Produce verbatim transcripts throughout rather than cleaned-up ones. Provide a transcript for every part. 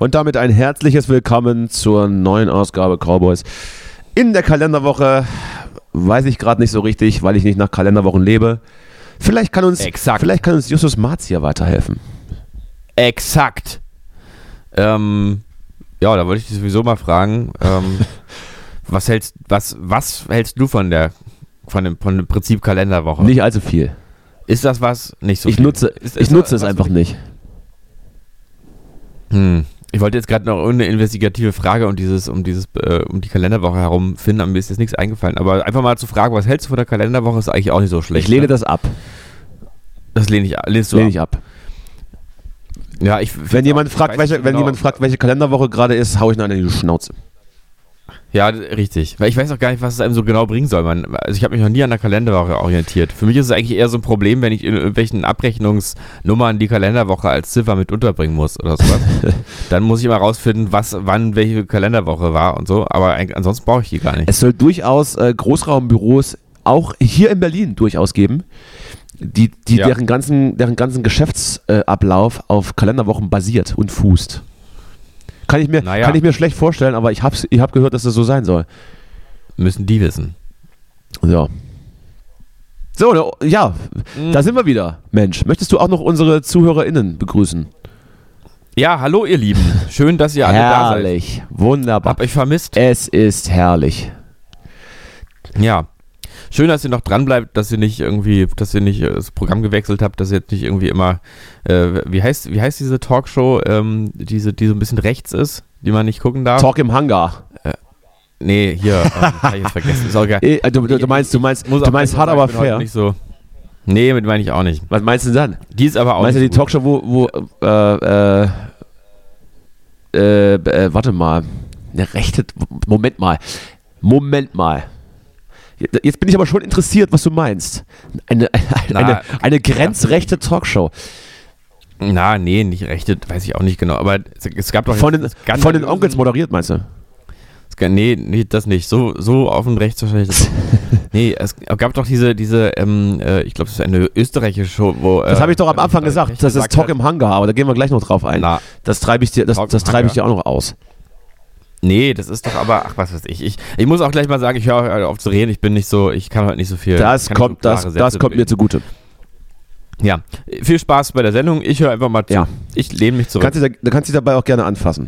Und damit ein herzliches Willkommen zur neuen Ausgabe Cowboys. In der Kalenderwoche weiß ich gerade nicht so richtig, weil ich nicht nach Kalenderwochen lebe. Vielleicht kann uns, Exakt. Vielleicht kann uns Justus Marzia weiterhelfen. Exakt. Ähm, ja, da wollte ich dich sowieso mal fragen, ähm, was hältst, was, was hältst du von der, von dem, von dem Prinzip Kalenderwoche? Nicht allzu viel. Ist das was? Nicht so ich viel. Nutze, ist, ist ich nutze es was einfach nicht. Hm. Ich wollte jetzt gerade noch irgendeine investigative Frage um dieses, um dieses, äh, um die Kalenderwoche herum finden, aber mir ist jetzt nichts eingefallen. Aber einfach mal zu fragen, was hältst du von der Kalenderwoche, ist eigentlich auch nicht so schlecht. Ich lehne ne? das ab. Das lehne ich, lehnst du lehne ab. ich ab. Ja, ich. Wenn jemand auch, fragt, welche, nicht wenn genau. jemand fragt, welche Kalenderwoche gerade ist, hau ich noch eine in die Schnauze. Ja, richtig. Weil ich weiß auch gar nicht, was es einem so genau bringen soll. Man, also ich habe mich noch nie an der Kalenderwoche orientiert. Für mich ist es eigentlich eher so ein Problem, wenn ich in irgendwelchen Abrechnungsnummern die Kalenderwoche als Ziffer mit unterbringen muss oder sowas. Dann muss ich immer rausfinden, was, wann welche Kalenderwoche war und so. Aber ansonsten brauche ich die gar nicht. Es soll durchaus äh, Großraumbüros auch hier in Berlin durchaus geben, die, die Ja. deren ganzen, deren ganzen Geschäftsablauf auf Kalenderwochen basiert und fußt. Kann ich mir, Naja. kann ich mir schlecht vorstellen, aber ich habe ich hab gehört, dass das so sein soll. Müssen die wissen. So. So, ne, ja, Mhm. da sind wir wieder. Mensch, möchtest du auch noch unsere ZuhörerInnen begrüßen? Ja, hallo ihr Lieben. Schön, dass ihr alle da seid. Herrlich, wunderbar. Hab euch vermisst. Es ist herrlich. Ja. Schön, dass ihr noch dran bleibt, dass ihr nicht irgendwie, dass ihr nicht das Programm gewechselt habt, dass ihr jetzt nicht irgendwie immer, äh, wie heißt, wie heißt diese Talkshow, ähm, diese, die so ein bisschen rechts ist, die man nicht gucken darf? Talk im Hangar. Nee, hier, ähm, hab ich jetzt vergessen. Ist auch geil. Eh, Du, du, du meinst, du meinst, Muss du auch meinst gleich hart, mal aber sagen, ich bin heute fair. Nicht so. Nee, mit meine ich auch nicht. Was meinst du denn dann? Die ist aber auch Meinst du die nicht so gut. Talkshow, wo, wo äh, äh, äh, äh, warte mal, eine rechte, Moment mal, Moment mal. Jetzt bin ich aber schon interessiert, was du meinst. Eine, eine, Na, eine, eine grenzrechte Talkshow. Na, nee, nicht rechte, weiß ich auch nicht genau. Aber es, es gab doch Von den, jetzt ganz von den bösen- Onkels moderiert, meinst du? Es gab- Nee, nee, das nicht. So, so offen rechts wahrscheinlich. Das nee, es gab doch diese, diese ähm, äh, ich glaube, das ist eine österreichische Show, wo. Das äh, habe ich doch am Anfang äh, gesagt. recht Das ist gesagt Talk hat. im Hangar, aber da gehen wir gleich noch drauf ein. Na, Das treibe ich dir, das, Talk das im treibe ich Hangar. dir auch noch aus. Nee, das ist doch aber, ach was weiß ich. Ich, ich muss auch gleich mal sagen, ich höre halt auf zu reden. Ich bin nicht so, ich kann heute nicht so viel. Das kann kommt, nicht so das, klare das Sätze kommt mir bilden. zugute. Ja, viel Spaß bei der Sendung. Ich höre einfach mal zu. Ja. Ich lehne mich Du zurück. kannst, dich da, du kannst dich dabei auch gerne anfassen.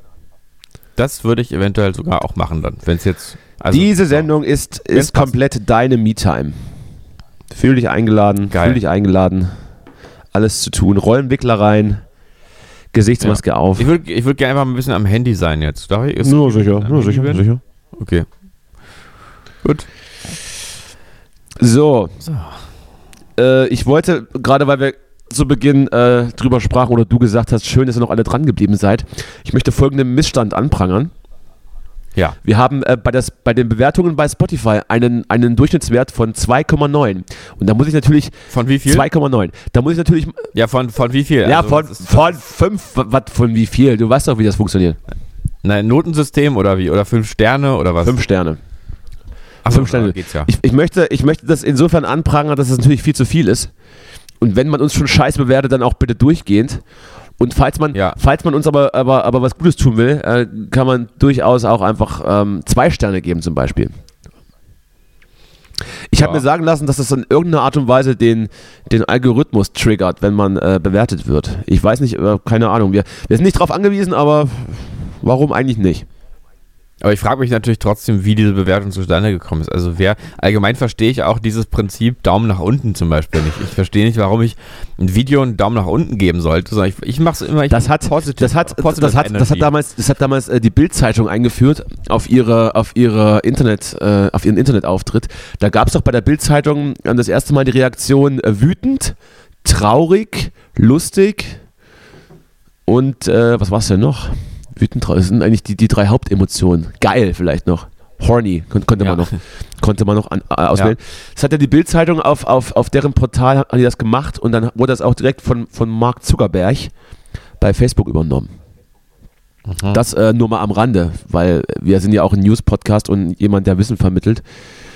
Das würde ich eventuell sogar auch machen dann, wenn es jetzt. Also, Diese Sendung ist, Wenn's ist komplett deine Me-Time. Fühl dich eingeladen, Geil. fühl dich eingeladen, alles zu tun. Rollenwickler rein, Gesichtsmaske auf. Ich würde ich würd gerne einfach ein bisschen am Handy sein jetzt. Darf ich? Ist Nur okay, sicher, wenn ich nur am sicher, Handy bin? sicher. Okay. Gut. So, So. äh, ich wollte, gerade weil wir zu Beginn äh, drüber sprachen oder du gesagt hast, schön, dass ihr noch alle dran geblieben seid, ich möchte folgenden Missstand anprangern. Ja. Wir haben äh, bei, das, bei den Bewertungen bei Spotify einen, einen Durchschnittswert von zwei Komma neun. Und da muss ich natürlich, Von wie viel? zwei Komma neun. Da muss ich natürlich, Ja, von, von wie viel? ja, Also, von, was ist- von fünf, was, von wie viel? Du weißt doch, wie das funktioniert. Nein, Notensystem oder wie? Oder fünf Sterne oder was? Fünf Sterne. Ach, fünf Sterne. Geht's ja. Ich, ich, möchte, ich möchte das insofern anprangern, dass es natürlich viel zu viel ist. Und wenn man uns schon scheiße bewertet, dann auch bitte durchgehend. Und falls man, Ja. falls man uns aber, aber, aber was Gutes tun will, äh, kann man durchaus auch einfach ähm, zwei Sterne geben zum Beispiel. Ich habe Ja. mir sagen lassen, dass das in irgendeiner Art und Weise den, den Algorithmus triggert, wenn man äh, bewertet wird. Ich weiß nicht, äh, keine Ahnung. Wir, wir sind nicht drauf angewiesen, aber warum eigentlich nicht? Aber ich frage mich natürlich trotzdem, wie diese Bewertung zustande gekommen ist. Also wer, allgemein verstehe ich auch dieses Prinzip Daumen nach unten zum Beispiel nicht. Ich verstehe nicht, warum ich ein Video einen Daumen nach unten geben sollte, sondern ich, ich mache es immer. Ich Das hat, positive- das hat, positive das hat, das hat Energy. damals, das hat damals äh, die Bild-Zeitung eingeführt auf ihre, auf ihre Internet, äh, auf ihren Internetauftritt. Da gab es doch bei der Bild-Zeitung äh, das erste Mal die Reaktion äh, wütend, traurig, lustig und äh, was war es denn noch? Wütend, traurig, das sind eigentlich die, die drei Hauptemotionen. Geil vielleicht noch. Horny kon konnte man Ja. noch, konnte man noch an, äh, auswählen. Das hat ja die Bild-Zeitung auf, auf, auf deren Portal hat die das gemacht und dann wurde das auch direkt von, von Mark Zuckerberg bei Facebook übernommen. Mhm. Das äh, nur mal am Rande, weil wir sind ja auch ein News-Podcast und jemand, der Wissen vermittelt.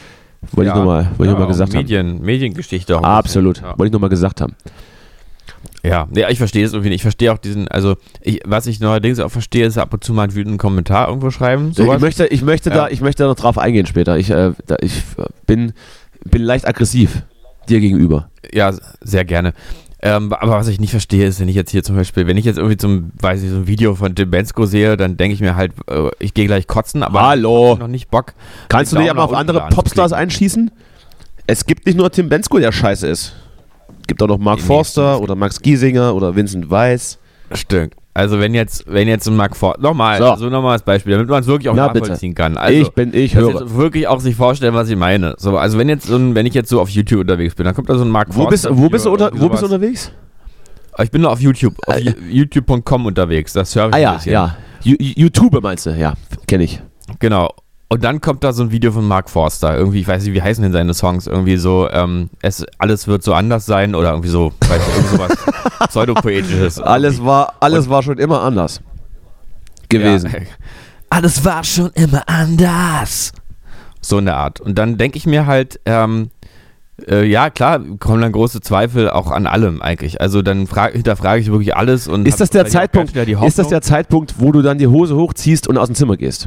Wollte Ja. ich nur mal, wollte ich Ja, nur mal gesagt Medien, Mediengeschichte auch. haben. ein Absolut, bisschen. Ja. wollte ich nur mal gesagt haben. Ja, ja, ich verstehe es irgendwie nicht. Ich verstehe auch diesen, also ich, was ich neuerdings auch verstehe, ist ab und zu mal einen wütenden Kommentar irgendwo schreiben. Sowas. Ich möchte, ich möchte ja. da, ich möchte da noch drauf eingehen später. Ich, äh, da, ich bin, bin leicht aggressiv dir gegenüber. Ja, sehr gerne. Ähm, aber was ich nicht verstehe, ist, wenn ich jetzt hier zum Beispiel, wenn ich jetzt irgendwie zum, weiß ich, so ein Video von Tim Bendzko sehe, dann denke ich mir halt, äh, ich gehe gleich kotzen, aber Hallo. ich hab noch nicht Bock. Kannst du nicht aber auf andere Popstars einschießen? Es gibt nicht nur Tim Bendzko, der scheiße ist. Es gibt auch noch Mark nee, Forster nee. oder Max Giesinger oder Vincent Weiss. Stimmt. Also wenn jetzt, wenn jetzt ein Mark Forster, nochmal, so, so nochmal als Beispiel, damit man es wirklich auch Na, nachvollziehen bitte. kann. Also, ich bin, ich höre. Jetzt wirklich auch sich vorstellen, was ich meine. So, also wenn jetzt so ein, wenn ich jetzt so auf YouTube unterwegs bin, dann kommt da so ein Mark wo Forster. Bist, wo bist du unter, wo bist du unterwegs? Ich bin nur auf YouTube, auf äh, YouTube punkt com unterwegs. Das surfe ich ah ja, ein bisschen. ja. YouTube meinst du? Ja, kenne ich. Genau. Und dann kommt da so ein Video von Mark Forster. Irgendwie, ich weiß nicht, wie heißen denn seine Songs? Irgendwie so, ähm, es, alles wird so anders sein oder irgendwie so, weiß nicht, irgend sowas Pseudopoetisches. Alles war, alles Und, war schon immer anders gewesen. Ja, alles war schon immer anders. So eine Art. Und dann denke ich mir halt, ähm, äh, ja klar, kommen dann große Zweifel auch an allem eigentlich. Also dann frag, hinterfrage ich wirklich alles. Und ist das der Zeitpunkt? Ist das der Zeitpunkt, wo du dann die Hose hochziehst und aus dem Zimmer gehst?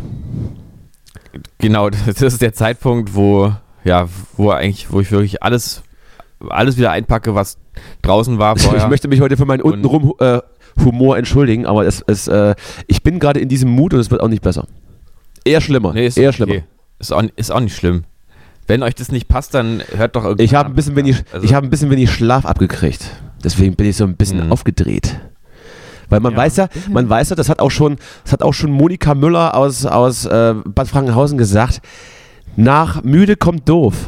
Genau, das ist der Zeitpunkt, wo ja, wo eigentlich, wo ich wirklich alles, alles wieder einpacke, was draußen war vorher. Ich möchte mich heute für meinen untenrum äh, Humor entschuldigen, aber es, es, äh, ich bin gerade in diesem Mut und es wird auch nicht besser. Eher schlimmer. Nee, ist eher okay. schlimmer. Ist auch, ist auch nicht schlimm. Wenn euch das nicht passt, dann hört doch irgendwie. Ich habe ein bisschen wenig, also ich habe ein bisschen wenig Schlaf abgekriegt. Deswegen bin ich so ein bisschen mhm. aufgedreht. Weil man ja, weiß ja, man weiß ja, das hat auch schon, das hat auch schon Monika Müller aus, aus äh, Bad Frankenhausen gesagt. Nach müde kommt doof.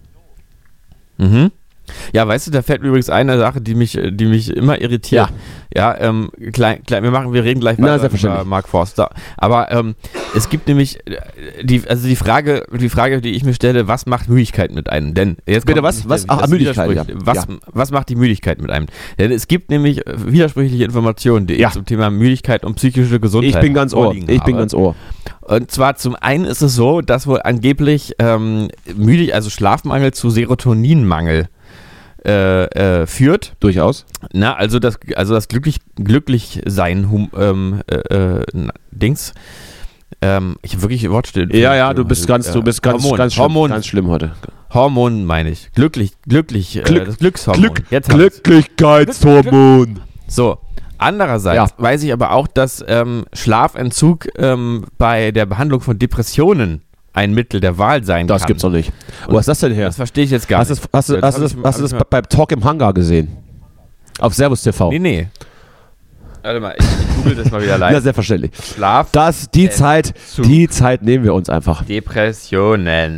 Mhm. Ja, weißt du, da fällt mir übrigens eine Sache, die mich, die mich immer irritiert. Ja, ja ähm, klein, klein, wir machen, wir reden gleich weiter Na, über Mark Forster. Aber ähm, es gibt nämlich die, also die Frage, die Frage, die ich mir stelle, was macht Müdigkeit mit einem? Denn jetzt bitte was, was? Ach, Müdigkeit. Ja. Was, ja. was macht die Müdigkeit mit einem? Denn es gibt nämlich widersprüchliche Informationen, die ja. ich zum Thema Müdigkeit und psychische Gesundheit. Ich bin ganz ohr. Ich bin ganz ohr. Und zwar zum einen ist es so, dass wohl angeblich ähm, müde, also Schlafmangel zu Serotoninmangel Äh, äh, führt. Durchaus. Na, also das, also das glücklich, glücklich sein hum, ähm, äh, äh, Dings. Ähm, ich habe wirklich Wortstill. Ja, ja, du bist ganz, du bist ganz, Hormon, ganz, schlimm, Hormon, ganz schlimm heute. Hormon meine ich. Glücklich, glücklich, Glück, äh, das Glückshormon. Glück, Jetzt Glücklichkeitshormon. So. Andererseits ja. weiß ich aber auch, dass ähm, Schlafentzug ähm, bei der Behandlung von Depressionen ein Mittel der Wahl sein das kann. Das gibt's doch nicht. Wo ist das denn her? Das verstehe ich jetzt gar hast nicht. Das, hast du, hast du das, hast du das beim Talk im Hangar gesehen? Auf Servus T V? Nee, nee. Warte mal, ich, ich google das mal wieder live. Ja, selbstverständlich. Schlaf. Das, die Zeit, die Zeit nehmen wir uns einfach. Depressionen.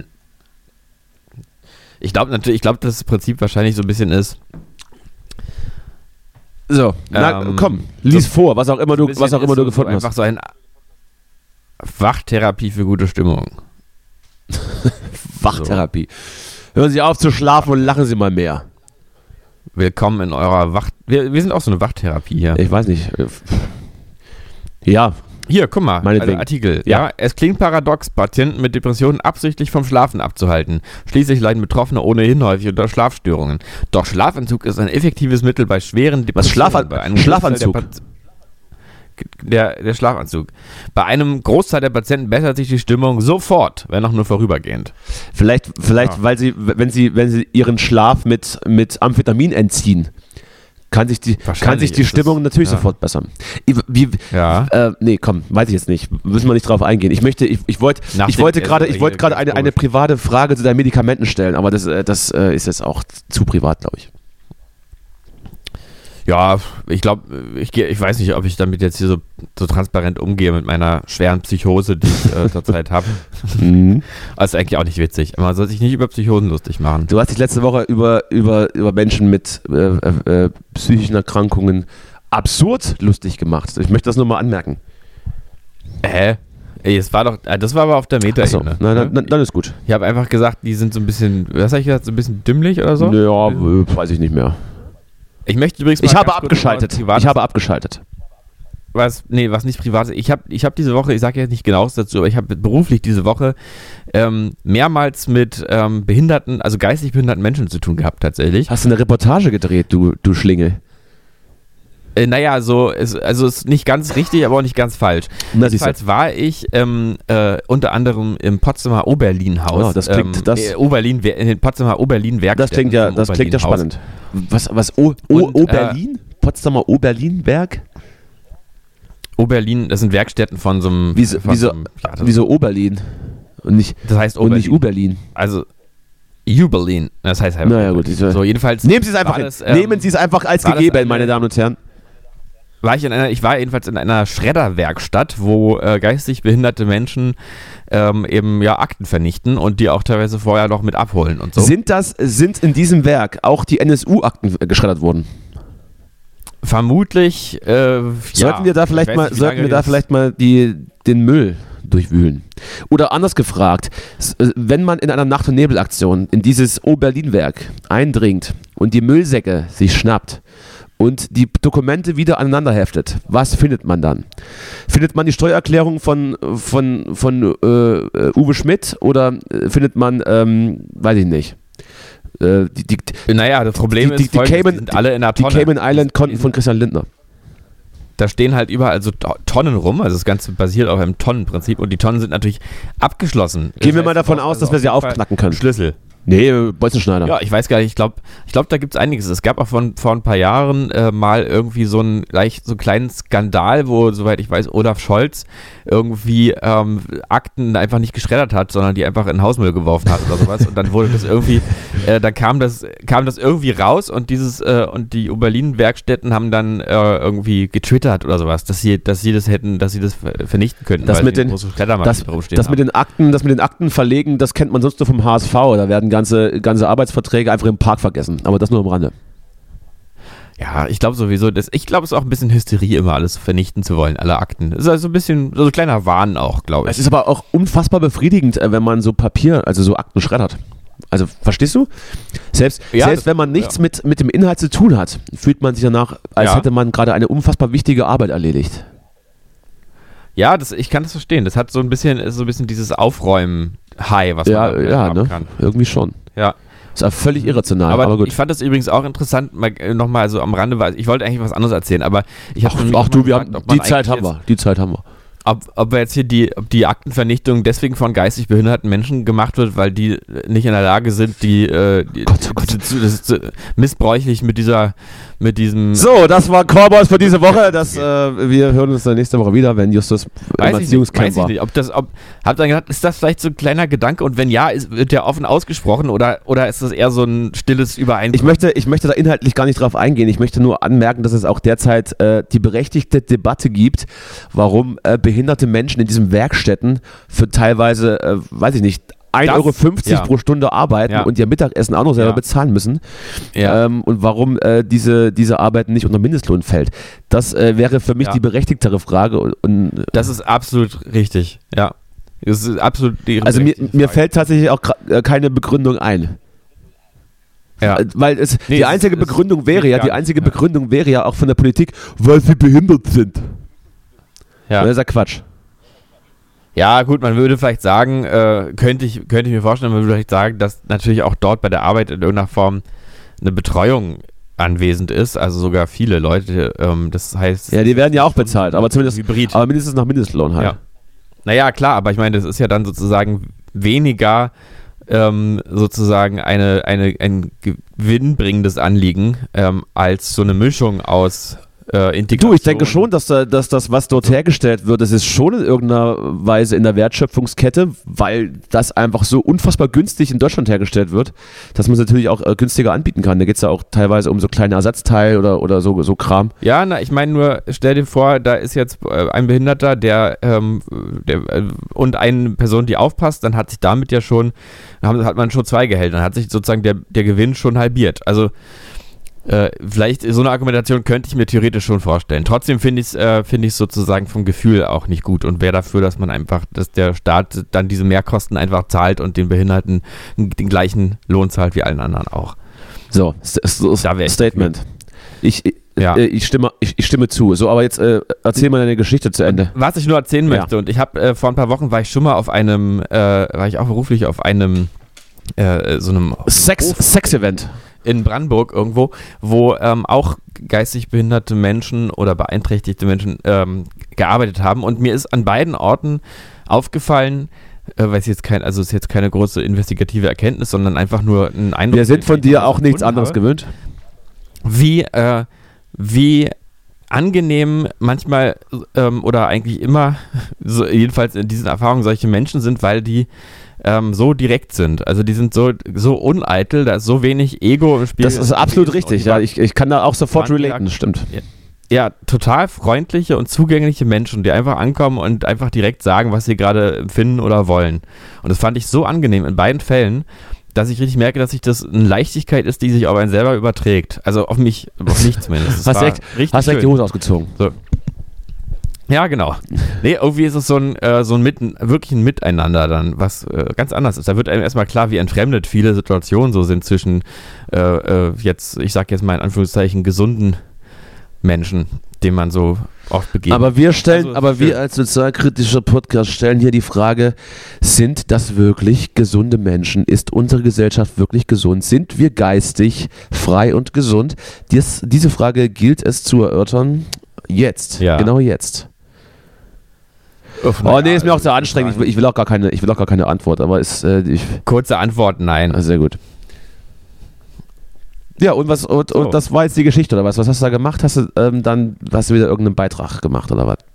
Ich glaube natürlich, ich glaube, dass das Prinzip wahrscheinlich so ein bisschen ist. So, na, ähm, komm, lies so vor, was auch immer du, was auch immer du so, gefunden so hast. Einfach so eine Wachtherapie für gute Stimmung. Wachtherapie. So. Hören Sie auf zu schlafen und lachen Sie mal mehr. Willkommen in eurer Wacht... Wir, wir sind auch so eine Wachtherapie hier. Ich weiß nicht. Ja. Hier, guck mal, also Artikel. Ja. ja. Es klingt paradox, Patienten mit Depressionen absichtlich vom Schlafen abzuhalten. Schließlich leiden Betroffene ohnehin häufig unter Schlafstörungen. Doch Schlafentzug ist ein effektives Mittel bei schweren Depressionen. Was, Schlafan- bei einem Schlafanzug? Der, der, der Schlafanzug. Bei einem Großteil der Patienten bessert sich die Stimmung sofort, wenn auch nur vorübergehend. Vielleicht, vielleicht ja. weil sie, wenn sie, wenn sie ihren Schlaf mit, mit Amphetamin entziehen, kann sich die, kann sich die Stimmung das, natürlich ja. sofort bessern. Wie, ja. Äh, nee, komm, weiß ich jetzt nicht. Müssen wir nicht drauf eingehen. Ich möchte, ich, ich, wollt, ich wollte gerade, ich wollte gerade eine, eine private Frage zu deinen Medikamenten stellen, aber das, das äh, ist jetzt auch zu privat, glaube ich. Ja, ich glaube, ich, ich weiß nicht, ob ich damit jetzt hier so, so transparent umgehe mit meiner schweren Psychose, die ich äh, zurzeit habe. Mhm. Das ist eigentlich auch nicht witzig. Man soll sich nicht über Psychosen lustig machen. Du hast dich letzte Woche über, über, über Menschen mit äh, äh, psychischen Erkrankungen absurd lustig gemacht. Ich möchte das nur mal anmerken. Hä? Ey, es war doch, das war aber auf der Meta-Ebene. Achso, na, na, dann ist gut. Ich habe einfach gesagt, die sind so ein bisschen, was habe ich gesagt, so ein bisschen dümmlich oder so? Ja, weiß ich nicht mehr. Ich möchte übrigens mal Ich habe abgeschaltet. Ich habe abgeschaltet. Was, nee, was nicht privat ist. Ich habe ich hab diese Woche, ich sage jetzt nicht genaues dazu, aber ich habe beruflich diese Woche ähm, mehrmals mit ähm, behinderten, also geistig behinderten Menschen zu tun gehabt tatsächlich. Hast du eine Reportage gedreht, du, du Schlingel? Äh, naja, so ist, also ist nicht ganz richtig, aber auch nicht ganz falsch. Na, Jedenfalls war ich ähm, äh, unter anderem im Potsdamer Oberlin-Haus. Oh, das klingt, ähm, das, äh, Oberlin, in den Potsdamer Oberlin-Werkstätten. das klingt ja, das klingt ja spannend. Was, was, O, o, Und, Oberlin? Äh, Potsdamer Oberlin-Werk? Oberlin, das sind Werkstätten von so einem... Wieso, von wieso, so einem, ja, das, wieso Oberlin? Und nicht, das heißt und Oberlin. nicht Uberlin. Also, Jubelin, das heißt halt... Naja, gut. Ich, so, jedenfalls... Nehmen Sie es einfach, das, ähm, nehmen Sie es einfach als gegeben, eine, meine Damen und Herren. War ich, in einer, ich war jedenfalls in einer Schredderwerkstatt, wo äh, geistig behinderte Menschen ähm, eben ja Akten vernichten und die auch teilweise vorher noch mit abholen und so. Sind das, sind in diesem Werk auch die N S U-Akten geschreddert worden? Vermutlich, äh, Sollten ja. wir da vielleicht mal, nicht, sollten wir da vielleicht mal die, den Müll durchwühlen? Oder anders gefragt, wenn man in einer Nacht- und Nebelaktion in dieses Oberlin-Werk eindringt und die Müllsäcke sich schnappt und die Dokumente wieder aneinander heftet, was findet man dann? Findet man die Steuererklärung von, von, von äh, Uwe Schmidt oder findet man, ähm, weiß ich nicht, äh, die, die, naja, das Problem die, die, ist, folgendes, die, Cayman, die sind alle in einer die Tonne. Cayman Island-Konten von Christian Lindner. Da stehen halt überall so Tonnen rum, also das Ganze basiert auf einem Tonnenprinzip und die Tonnen sind natürlich abgeschlossen. Gehen wir das mal heißt, davon aus, also dass wir sie auf jeden aufknacken Fall können. Schlüssel. Nee, Bolzenschneider. Ja, ich weiß gar nicht, ich glaube, ich glaub, da gibt es einiges. Es gab auch von, vor ein paar Jahren äh, mal irgendwie so einen leicht so einen kleinen Skandal, wo, soweit ich weiß, Olaf Scholz irgendwie ähm, Akten einfach nicht geschreddert hat, sondern die einfach in den Hausmüll geworfen hat oder sowas. Und dann wurde das irgendwie, äh, da kam das, kam das irgendwie raus und dieses äh, und die Oberlin-Werkstätten haben dann äh, irgendwie getwittert oder sowas, dass sie, dass sie das hätten, dass sie das vernichten könnten. Das, mit den, das, das mit den Akten, das mit den Akten verlegen, das kennt man sonst nur vom H S V. Da werden ganze, ganze Arbeitsverträge einfach im Park vergessen. Aber das nur am Rande. Ja, ich glaube sowieso, das, ich glaube, es ist auch ein bisschen Hysterie, immer alles vernichten zu wollen, alle Akten. Das ist also ein bisschen, so ein kleiner Wahn auch, glaube ich. Es ist aber auch unfassbar befriedigend, wenn man so Papier, also so Akten schreddert. Also, verstehst du? Selbst, ja, selbst das, wenn man nichts ja. mit, mit dem Inhalt zu tun hat, fühlt man sich danach, als ja. hätte man gerade eine unfassbar wichtige Arbeit erledigt. Ja, das, ich kann das verstehen. Das hat so ein bisschen, ist so ein bisschen dieses Aufräumen-High, was ja, man da ja, haben ne? kann. Irgendwie schon. Ja. Ist ja völlig irrational, aber, aber gut. Ich fand das übrigens auch interessant, mal, nochmal so am Rande, weil ich wollte eigentlich was anderes erzählen, aber ich habe Ach, ach du, wir haben, die Zeit haben wir, die Zeit haben wir. Ob, ob wir jetzt hier die, ob die Aktenvernichtung deswegen von geistig behinderten Menschen gemacht wird, weil die nicht in der Lage sind, die, äh, die Gott, oh Gott. Das, das ist missbräuchlich mit dieser, mit diesem. So, das war Callboys für diese Woche. Das, äh, wir hören uns dann nächste Woche wieder, wenn Justus im Erziehungscamp war. Weiß ich nicht, ob das, ob, habt ihr gedacht, ist das vielleicht so ein kleiner Gedanke und wenn ja, ist, wird der offen ausgesprochen oder, oder ist das eher so ein stilles Übereinkommen? Ich möchte, ich möchte da inhaltlich gar nicht drauf eingehen. Ich möchte nur anmerken, dass es auch derzeit äh, die berechtigte Debatte gibt, warum äh, behinderte Menschen in diesen Werkstätten für teilweise, äh, weiß ich nicht, ein Euro fünfzig ja. pro Stunde arbeiten ja. und ihr Mittagessen auch noch selber ja. bezahlen müssen. Ja. Ähm, und warum äh, diese, diese Arbeit nicht unter Mindestlohn fällt. Das äh, wäre für mich ja. die berechtigtere Frage. Und, und, das ist absolut richtig, ja. Das ist absolut die also mir, mir fällt tatsächlich auch keine Begründung ein. Ja. Weil es Nee, die es einzige ist- Begründung es wäre geht ja, gar die einzige nicht, ja. Begründung wäre ja auch von der Politik, weil sie behindert sind. Ja. Das ist ja Quatsch. Ja, gut, man würde vielleicht sagen, äh, könnte ich, könnte ich mir vorstellen, man würde vielleicht sagen, dass natürlich auch dort bei der Arbeit in irgendeiner Form eine Betreuung anwesend ist, also sogar viele Leute, ähm, das heißt... Ja, die werden ja auch bezahlt, aber zumindest Hybrid. aber mindestens nach Mindestlohn halt. Ja. Naja, klar, aber ich meine, das ist ja dann sozusagen weniger ähm, sozusagen eine, eine, ein gewinnbringendes Anliegen ähm, als so eine Mischung aus äh, Integration. Du, ich denke schon, dass, da, dass das, was dort hergestellt wird, das ist schon in irgendeiner Weise in der Wertschöpfungskette, weil das einfach so unfassbar günstig in Deutschland hergestellt wird, dass man es natürlich auch äh, günstiger anbieten kann. Da geht es ja auch teilweise um so kleine Ersatzteile oder, oder so, so Kram. Ja, na, ich meine nur, stell dir vor, da ist jetzt äh, ein Behinderter, der, ähm, der äh, und eine Person, die aufpasst, dann hat sich damit ja schon, dann hat man schon zwei Gehälter, dann hat sich sozusagen der, der Gewinn schon halbiert. Also äh, vielleicht so eine Argumentation könnte ich mir theoretisch schon vorstellen. Trotzdem finde ich es äh, finde ich sozusagen vom Gefühl auch nicht gut und wäre dafür, dass man einfach, dass der Staat dann diese Mehrkosten einfach zahlt und den Behinderten den gleichen Lohn zahlt wie allen anderen auch. So, st st Da wär ich Statement. Ich, ich, Ja. äh, ich, stimme, ich, ich stimme zu. So, aber jetzt äh, erzähl mal deine Geschichte zu Ende. Was ich nur erzählen Ja. möchte, und ich habe äh, vor ein paar Wochen war ich schon mal auf einem, äh, war ich auch beruflich auf einem, äh, so einem Sex, Hof. Sex-Event. in Brandenburg irgendwo, wo ähm, auch geistig behinderte Menschen oder beeinträchtigte Menschen ähm, gearbeitet haben. Und mir ist an beiden Orten aufgefallen, äh, weil es jetzt kein, also es ist jetzt keine große investigative Erkenntnis, sondern einfach nur ein Eindruck. Wir sind von dir auch nichts anderes habe, gewöhnt. Wie, äh, wie angenehm manchmal ähm, oder eigentlich immer, so, jedenfalls in diesen Erfahrungen, solche Menschen sind, weil die ähm, so direkt sind. Also die sind so, so uneitel, da ist so wenig Ego im Spiel. Das ist absolut richtig, ja. Ich, ich kann da auch sofort relaten, stimmt. Ja, ja, total freundliche und zugängliche Menschen, die einfach ankommen und einfach direkt sagen, was sie gerade empfinden oder wollen. Und das fand ich so angenehm in beiden Fällen, dass ich richtig merke, dass sich das eine Leichtigkeit ist, die sich auf einen selber überträgt. Also auf mich, auf mich zumindest. Hast du echt, hast echt die Hose ausgezogen? So. Ja, genau. Nee, irgendwie ist es so ein, äh, so ein Mitten, wirklich ein Miteinander dann, was äh, ganz anders ist. Da wird einem erstmal klar, wie entfremdet viele Situationen so sind zwischen äh, äh, jetzt, ich sag jetzt mal in Anführungszeichen, gesunden Menschen, denen man so oft begegnet. Aber wir stellen, also, aber wir als sozialkritischer Podcast stellen hier die Frage, sind das wirklich gesunde Menschen? Ist unsere Gesellschaft wirklich gesund? Sind wir geistig frei und gesund? Dies, diese Frage gilt es zu erörtern. Jetzt. Ja. Genau jetzt. Uff, oh nee, ja, ist mir auch also sehr anstrengend. Ich will, ich will auch gar keine, ich will auch gar keine Antwort, aber ist äh, ich, kurze Antwort, nein. Ah, sehr gut. Ja, und was und, So. und das war jetzt die Geschichte oder was? Was hast du da gemacht? Hast du ähm, dann hast du wieder irgendeinen Beitrag gemacht oder was?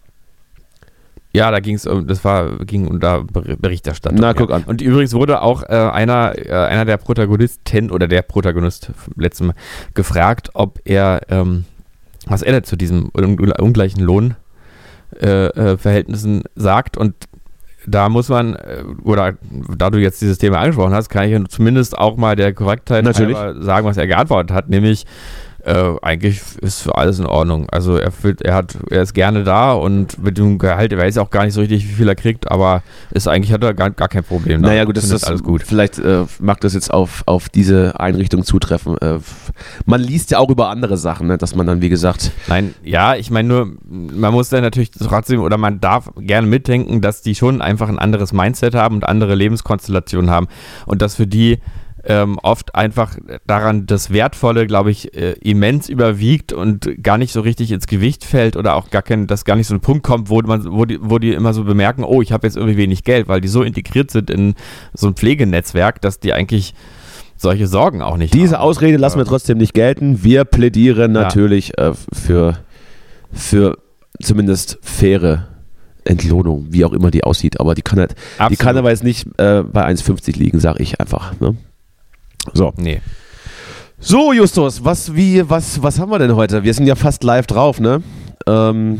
Ja, da ging es um, das war, ging um da Ber- Berichterstattung. Na, ja. guck an. Und übrigens wurde auch äh, einer, äh, einer der Protagonisten oder der Protagonist letztes Mal gefragt, ob er, ähm, was er zu diesem un- ungleichen Lohnverhältnissen äh, äh, Verhältnissen sagt. Und da muss man, äh, oder da du jetzt dieses Thema angesprochen hast, kann ich ja zumindest auch mal der Korrektheit Natürlich. halber sagen, was er geantwortet hat, nämlich Äh, eigentlich ist für alles in Ordnung. Also er fühlt, er hat, er ist gerne da und mit dem Gehalt, er weiß auch gar nicht so richtig, wie viel er kriegt, aber ist eigentlich hat er gar, gar kein Problem. Naja gut, das ist das alles gut. Vielleicht äh, mag das jetzt auf, auf diese Einrichtung zutreffen. Äh, man liest ja auch über andere Sachen, ne, dass man dann wie gesagt. Nein, ja, ich meine nur, man muss dann natürlich trotzdem oder man darf gerne mitdenken, dass die schon einfach ein anderes Mindset haben und andere Lebenskonstellationen haben und dass für die Ähm, oft einfach daran das Wertvolle, glaube ich, äh, immens überwiegt und gar nicht so richtig ins Gewicht fällt oder auch gar kein, dass gar nicht so ein Punkt kommt, wo man, wo die, wo die immer so bemerken, oh, ich habe jetzt irgendwie wenig Geld, weil die so integriert sind in so ein Pflegenetzwerk, dass die eigentlich solche Sorgen auch nicht Diese haben. Ausrede lassen wir trotzdem nicht gelten. Wir plädieren Ja. natürlich äh, für, für zumindest faire Entlohnung, wie auch immer die aussieht. Aber die kann halt, die Absolut. kann aber jetzt nicht äh, bei eins fünfzig liegen, sage ich einfach. Ne? So. Nee. So, Justus, was, wie, was, was haben wir denn heute? Wir sind ja fast live drauf, ne? Ähm,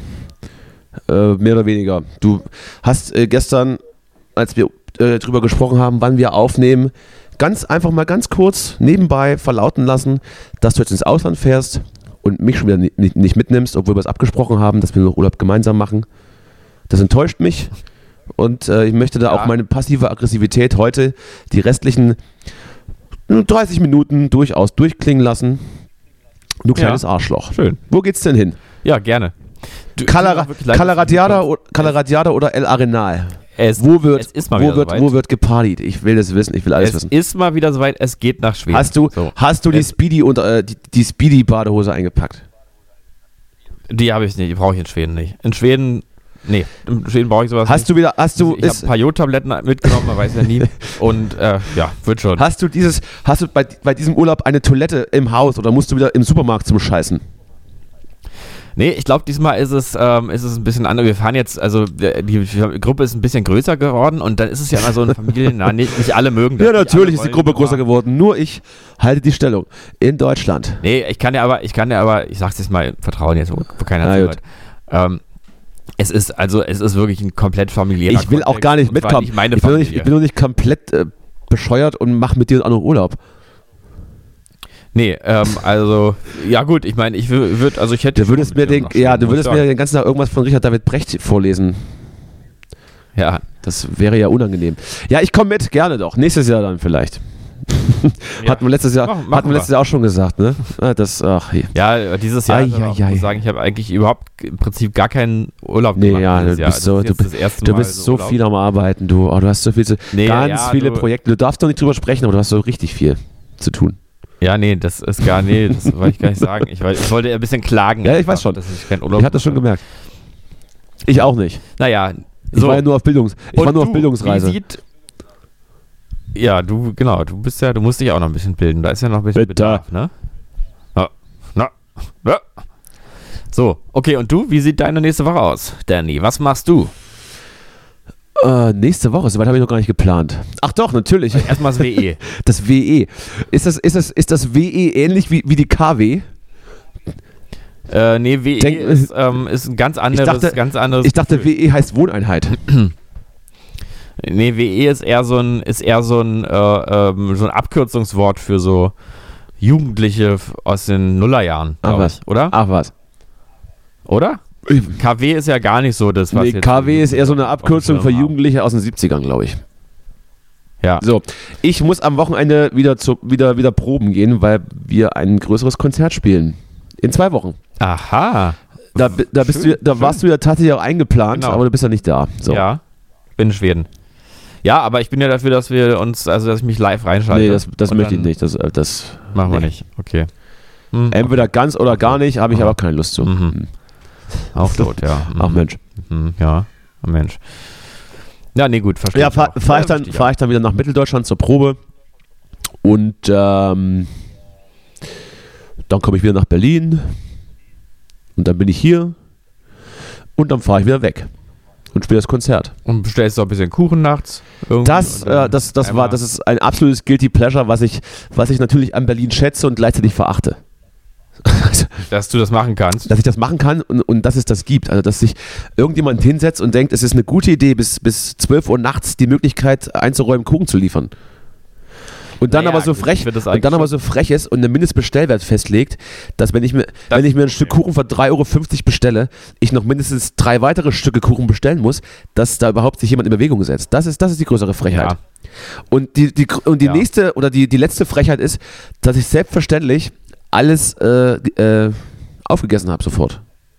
äh, mehr oder weniger. Du hast äh, gestern, als wir äh, drüber gesprochen haben, wann wir aufnehmen, ganz einfach mal ganz kurz nebenbei verlauten lassen, dass du jetzt ins Ausland fährst und mich schon wieder ni- ni- nicht mitnimmst, obwohl wir es abgesprochen haben, dass wir noch Urlaub gemeinsam machen. Das enttäuscht mich und äh, ich möchte da Ja. auch meine passive Aggressivität heute die restlichen dreißig Minuten durchaus durchklingen lassen. Du kleines Ja. Arschloch. Schön. Wo geht's denn hin? Ja, gerne. Du, Calara- tut mir wirklich leid, Calaratiada dass du o- Calaratiada oder El Arenal? Es, Wo wird, es ist mal wo wieder wird, soweit. wo wird gepartied? Ich will das wissen, ich will alles Es wissen. ist mal wieder soweit, es geht nach Schweden. Hast du, So. hast du die Es- Speedy und äh, die, die Speedy Badehose eingepackt? Die habe ich nicht, die brauche ich in Schweden nicht. In Schweden, nee, in Schweden brauche ich sowas Hast nicht. du wieder, hast du, ich habe ist, ein paar Jodtabletten mitgenommen, man weiß ja nie. Und äh, ja, wird schon. hast du dieses, hast du bei, bei diesem Urlaub eine Toilette im Haus oder musst du wieder im Supermarkt zum Scheißen? Nee, ich glaube, diesmal ist es, ähm, ist es ein bisschen anders. Wir fahren jetzt, also die, die Gruppe ist ein bisschen größer geworden und dann ist es ja immer so eine Familie, na, nicht, nicht alle mögen das. Ja, nicht natürlich alle ist die wollen, Gruppe aber- größer geworden. Nur ich halte die Stellung. In Deutschland. Nee, ich kann ja aber, ich kann ja aber, ich sag's jetzt mal im Vertrauen jetzt, wo, wo keiner Na zuhört. Ähm, es ist, also es ist wirklich ein komplett familiärer Ich will auch Kontext gar nicht und zwar mitkommen. Nicht meine ich, bin doch nicht, Familie. ich bin doch nicht komplett äh, bescheuert und mache mit dir auch noch Urlaub. Nee, ähm, also, ja gut, ich meine, ich würde, also ich hätte... Du würdest schon mir mit dir den, noch ja, Schweden, du muss würdest ich mir sagen. den ganzen Tag irgendwas von Richard David Brecht vorlesen. Ja, Das wäre ja unangenehm. Ja, ich komme mit, gerne doch. Nächstes Jahr dann vielleicht. ja. Hatten wir letztes Jahr, Machen- machen hatten wir wir. letztes Jahr auch schon gesagt, ne? Ah, Das, ach, hier. Ja, dieses Jahr, Ei, also, ei, muss ei. ich sagen, ich habe eigentlich überhaupt im Prinzip gar keinen Urlaub Nee, gemacht ja, dieses du Jahr. bist so, Also, du, das ist bist- jetzt das erste du Mal bist so Urlaub. viel am Arbeiten, du. Oh, du hast so viel zu, Nee, ganz ja, viele du- Projekte. Du darfst doch nicht drüber sprechen, aber du hast so richtig viel zu tun. Ja, nee, das ist gar, nee, das wollte ich gar nicht sagen. Ich, ich wollte ein bisschen klagen. Ja, ich weiß schon. Dass ich keinen Urlaub Ich habe das schon gemerkt. Ich auch nicht. Naja, ich so. war ja nur auf Bildungs, ich Und war nur du, auf Bildungsreise. Wie sieht, ja, du, genau, du bist ja, du musst dich auch noch ein bisschen bilden. Da ist ja noch ein bisschen Bitte. Bedarf, ne? Na, na, ja. So, okay, und du, wie sieht deine nächste Woche aus, Danny? Was machst du? Äh, nächste Woche, soweit habe ich noch gar nicht geplant. Ach doch, natürlich. Erstmal das W E. Das W E. Ist das, ist das, ist das W E ähnlich wie, wie die K W? Äh, nee, W E Denk, ist, ähm, ist ein ganz anderes, ich dachte, ganz anderes Ich dachte, Gefühl. W E heißt Wohneinheit. Nee, W E ist eher so ein, ist eher so ein, äh, ähm, so ein Abkürzungswort für so Jugendliche aus den Nullerjahren, Ach glaube was. ich, oder? Ach was. Oder? K W ist ja gar nicht so das, was Nee, jetzt K W ist eher so eine auf dem Abkürzung Schirm für haben. Jugendliche aus den siebzigern, glaube ich. Ja. So, ich muss am Wochenende wieder, zu, wieder, wieder proben gehen, weil wir ein größeres Konzert spielen. In zwei Wochen. Aha. Da, da, bist Schön, du, da schön. warst du ja tatsächlich auch eingeplant, Genau. aber du bist ja nicht da. So. Ja, bin in Schweden. Ja, aber ich bin ja dafür, dass wir uns, also dass ich mich live reinschalte. Nee, das, das Und möchte ich dann nicht. Das, das Machen wir nee. nicht. Okay. Hm, Entweder ganz oder gar nicht, habe ich aber keine Lust zu. Mhm. Auch tot, ja. Mhm. Ach Mensch. Mhm, ja, oh Mensch. Ja, nee, gut, verstehe. Ja, fahre auch. fahr ich, Ja, dann- verstehe fahr ich dann wieder nach Mitteldeutschland zur Probe und ähm, dann komme ich wieder nach Berlin und dann bin ich hier und dann fahre ich wieder weg und spiele das Konzert. Und bestellst du auch ein bisschen Kuchen nachts? irgendwie Das, und dann äh, das, das, war, einmal- das ist ein absolutes Guilty Pleasure, was ich, was ich natürlich an Berlin schätze und gleichzeitig verachte. Also, Dass du das machen kannst. dass ich das machen kann und, und dass es das gibt. Also, dass sich irgendjemand hinsetzt und denkt, es ist eine gute Idee, bis, bis zwölf Uhr nachts die Möglichkeit einzuräumen, Kuchen zu liefern. Und dann Naja, aber so gut, frech ich find das und dann eigentlich aber so frech ist und einen Mindestbestellwert festlegt, dass wenn ich mir, Das wenn ich mir ein ist Stück okay. Kuchen für drei Euro fünfzig bestelle, ich noch mindestens drei weitere Stücke Kuchen bestellen muss, dass da überhaupt sich jemand in Bewegung setzt. Das ist, das ist die größere Frechheit. Ja. Und die, die, und die Ja. nächste oder die, die letzte Frechheit ist, dass ich selbstverständlich alles äh, äh, aufgegessen habe sofort.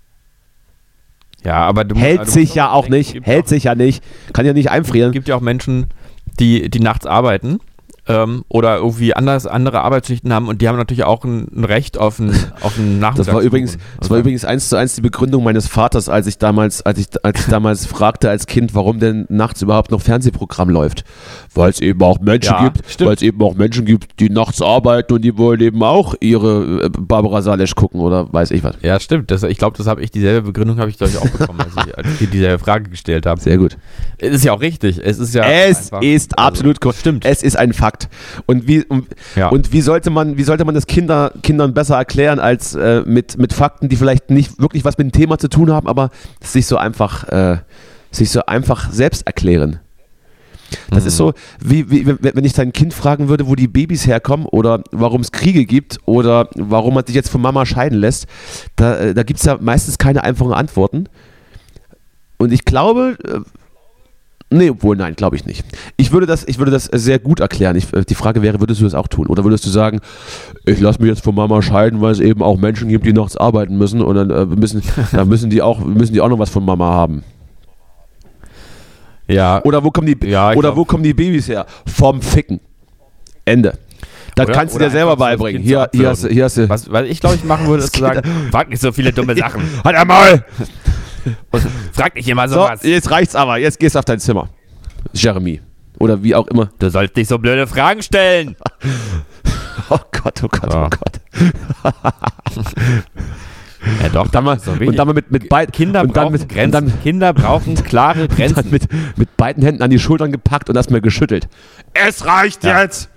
Ja, aber du musst- Hält du musst sich ja auch denken, nicht, gibt hält auch, sich ja nicht, kann ja nicht einfrieren. Es gibt ja auch Menschen, die, die nachts arbeiten ähm, oder irgendwie anders, andere Arbeitsschichten haben und die haben natürlich auch ein, ein Recht auf einen, auf einen Nachmittagskuchen. Das war übrigens, das war Also- übrigens eins zu eins die Begründung meines Vaters, als ich damals, als ich, als ich damals fragte als Kind, warum denn nachts überhaupt noch Fernsehprogramm läuft. Weil es eben auch Menschen Ja, gibt, stimmt. weil es eben auch Menschen gibt, die nachts arbeiten und die wollen eben auch ihre äh, Barbara Salesch gucken oder weiß ich was. Ja, stimmt. Das, ich glaube, das habe ich, dieselbe Begründung habe ich, glaube ich, auch bekommen, als ich, als ich dir dieselbe Frage gestellt habe. Sehr gut. Es ist ja auch richtig. Es ist ja Es einfach, ist also, absolut korrekt. Stimmt. Es ist ein Fakt. Und wie, und, Ja. und wie sollte man, wie sollte man das Kinder, Kindern besser erklären als äh, mit, mit Fakten, die vielleicht nicht wirklich was mit dem Thema zu tun haben, aber sich so einfach, äh, sich so einfach selbst erklären. Das Mhm. ist so, wie, wie wenn ich dein Kind fragen würde, wo die Babys herkommen oder warum es Kriege gibt oder warum man sich jetzt von Mama scheiden lässt. Da, äh, da gibt es ja meistens keine einfachen Antworten. Und ich glaube, äh, nee, obwohl, nein, glaube ich nicht. Ich würde das, ich würde das sehr gut erklären. Ich, die Frage wäre, würdest du das auch tun? Oder würdest du sagen, ich lasse mich jetzt von Mama scheiden, weil es eben auch Menschen gibt, die nachts arbeiten müssen und dann äh, müssen, da müssen die auch, müssen die auch noch was von Mama haben. Ja, Oder wo kommen die, Ja, ich oder glaub- wo kommen die Babys her? Vom Ficken. Ende. Das Oder- kannst du oder dir selber einfach so das beibringen. Kind zu Hier, hier, hast, du- hier hast du. was, was ich glaube ich machen würde, ist zu sagen, frag nicht so viele dumme Sachen. Halt einmal! Und frag nicht immer So, sowas. jetzt reicht's aber. Jetzt gehst du auf dein Zimmer. Jeremy. Oder wie auch immer. Du sollst nicht so blöde Fragen stellen. Oh Gott, oh Gott, Ja. oh Gott. Ja doch, Dann mal, ist doch und wichtig. dann mal mit, mit beiden. Kinder und dann brauchen mit, Grenzen. Und dann, Kinder brauchen klare dann Grenzen. mit, mit beiden Händen an die Schultern gepackt und erstmal geschüttelt. Es reicht Ja. jetzt!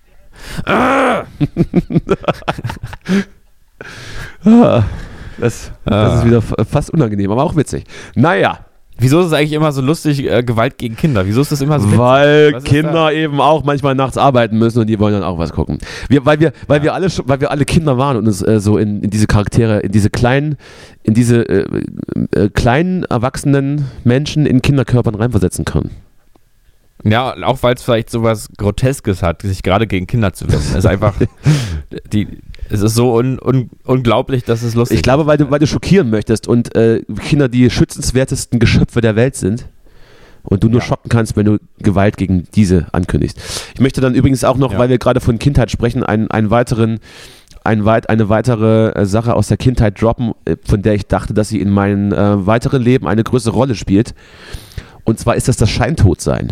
Ah, das, das Ah. ist wieder f- fast unangenehm, aber auch witzig. Naja, Wieso ist es eigentlich immer so lustig, äh, Gewalt gegen Kinder? Wieso ist das immer so witzig? weil Was ist Kinder eben auch manchmal nachts arbeiten müssen und die wollen dann auch was gucken. Wir, weil wir, weil Ja. wir alle, schon- weil wir alle Kinder waren und uns äh, so in, in diese Charaktere, in diese kleinen, in diese äh, äh, kleinen erwachsenen Menschen in Kinderkörpern reinversetzen können. Ja, auch weil es vielleicht sowas Groteskes hat, sich gerade gegen Kinder zu wehren. Es ist einfach, die, es ist so un, un, unglaublich, dass es lustig Ich glaube, weil du, weil du schockieren möchtest und äh, Kinder die schützenswertesten Geschöpfe der Welt sind, Und du nur Ja. schocken kannst, wenn du Gewalt gegen diese ankündigst. Ich möchte dann übrigens auch noch, Ja. weil wir gerade von Kindheit sprechen, einen, einen weiteren, ein weit, eine weitere äh, Sache aus der Kindheit droppen, äh, von der ich dachte, dass sie in meinem äh, weiteren Leben eine größere Rolle spielt. Und zwar ist das das Scheintodsein.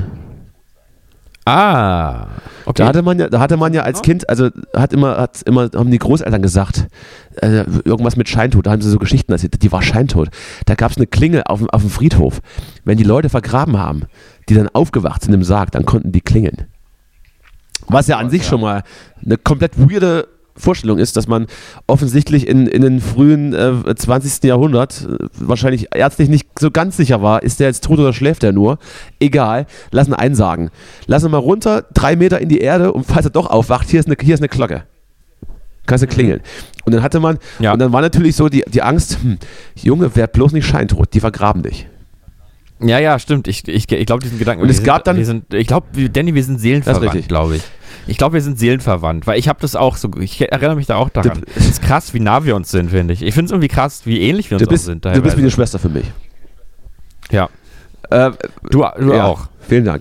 Ah, okay. Da hatte man ja, da hatte man ja als Kind, also hat immer, hat immer, haben die Großeltern gesagt, äh, irgendwas mit Scheintod, da haben sie so Geschichten erzählt, die war scheintot. Da gab es eine Klingel auf, dem- auf dem Friedhof. Wenn die Leute vergraben haben, die dann aufgewacht sind im Sarg, dann konnten die klingeln. Was ja an sich schon mal eine komplett weirde Vorstellung ist, dass man offensichtlich in, in den frühen äh, zwanzigsten Jahrhundert äh, wahrscheinlich ärztlich nicht so ganz sicher war, ist der jetzt tot oder schläft der nur? Egal, lassen einsagen. Lassen mal runter, drei Meter in die Erde und falls er doch aufwacht, hier ist eine, hier ist eine Glocke. Kannst du klingeln. Und dann hatte man, Ja. und dann war natürlich so die, die Angst, hm, Junge, werd bloß nicht scheintot, die vergraben dich. Ja, ja, stimmt. Ich, ich, ich glaube, diesen Gedanken. Und es wir gab sind, dann- Wir sind, ich glaube, Danny, wir sind Das ist seelenverwandt, richtig. glaube ich. Ich glaube, wir sind seelenverwandt, weil ich habe das auch so. Ich erinnere mich da auch daran. Es ist krass, wie nah wir uns sind, finde ich. Ich finde es irgendwie krass, wie ähnlich wir uns Du bist, auch sind. du bist wie teilweise. eine Schwester für mich. Ja. Äh, Du, du ja, auch. Vielen Dank.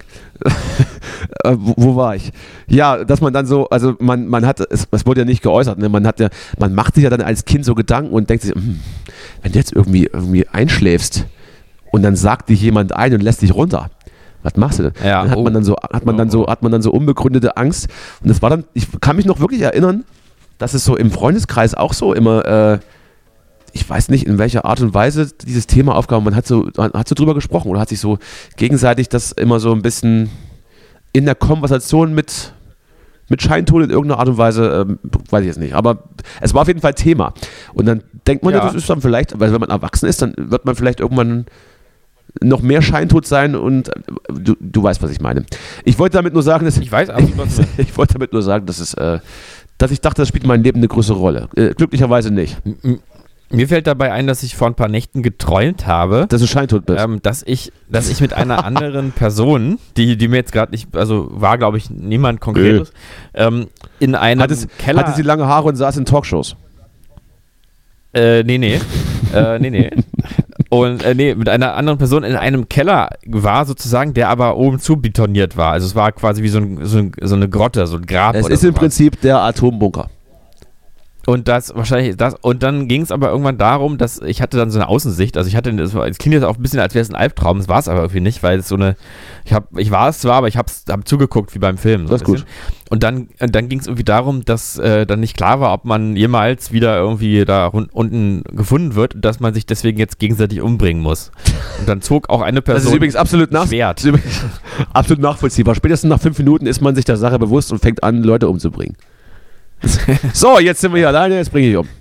äh, wo, wo war ich? Ja, dass man dann so, also man, man hat, es, es wurde ja nicht geäußert, ne? man hat ja, man macht sich ja dann als Kind so Gedanken und denkt sich, hm, wenn du jetzt irgendwie, irgendwie einschläfst und dann sagt dich jemand ein und lässt dich runter, was machst du denn? Ja, dann hat oh. man dann so, hat man dann so, hat man dann so unbegründete Angst und das war dann, ich kann mich noch wirklich erinnern, dass es so im Freundeskreis auch so immer, äh, ich weiß nicht, in welcher Art und Weise dieses Thema aufkam. Man hat so, man hat so drüber gesprochen oder hat sich so gegenseitig das immer so ein bisschen in der Konversation mit, mit Scheintod in irgendeiner Art und Weise, ähm, weiß ich jetzt nicht. Aber es war auf jeden Fall Thema. Und dann denkt man ja, Ja. das ist dann vielleicht, weil wenn man erwachsen ist, dann wird man vielleicht irgendwann noch mehr Scheintod sein und äh, du, du weißt, was ich meine. Ich wollte damit nur sagen, dass Ich weiß absolut, was du meinst. ich wollte damit nur sagen, dass es, äh, dass ich dachte, das spielt in meinem Leben eine größere Rolle. Äh, glücklicherweise nicht. M- Mir fällt dabei ein, dass ich vor ein paar Nächten geträumt habe, Dass du scheintot bist. ähm, dass ich, dass ich mit einer anderen Person, die, die mir jetzt gerade nicht, also war, glaube ich, niemand Konkretes, ähm, in einem Hat es, Keller. hatte sie lange Haare und saß in Talkshows. Äh, nee, nee. äh, nee, nee. Und äh, nee, mit einer anderen Person in einem Keller war sozusagen, der aber oben zu betoniert war. Also es war quasi wie so, ein, so, ein, so eine Grotte, so ein Grab. Es oder ist im sowas. Prinzip der Atombunker. Und das wahrscheinlich das und dann ging es aber irgendwann darum, dass ich hatte dann so eine Außensicht, also ich hatte das, war- es klingt jetzt auch ein bisschen, als wäre es ein Albtraum, es war es aber irgendwie nicht, weil es so eine ich habe ich war es zwar, aber ich habe hab zugeguckt wie beim Film. So Das ist ein bisschen. Und dann und dann ging es irgendwie darum, dass äh, dann nicht klar war, ob man jemals wieder irgendwie da run- unten gefunden wird, und dass man sich deswegen jetzt gegenseitig umbringen muss. Und dann zog auch eine Person Das ist übrigens absolut, nach, Schwert. das ist übrigens absolut nachvollziehbar. Spätestens nach fünf Minuten ist man sich der Sache bewusst und fängt an, Leute umzubringen. So, jetzt sind wir hier alleine, jetzt bringe ich um.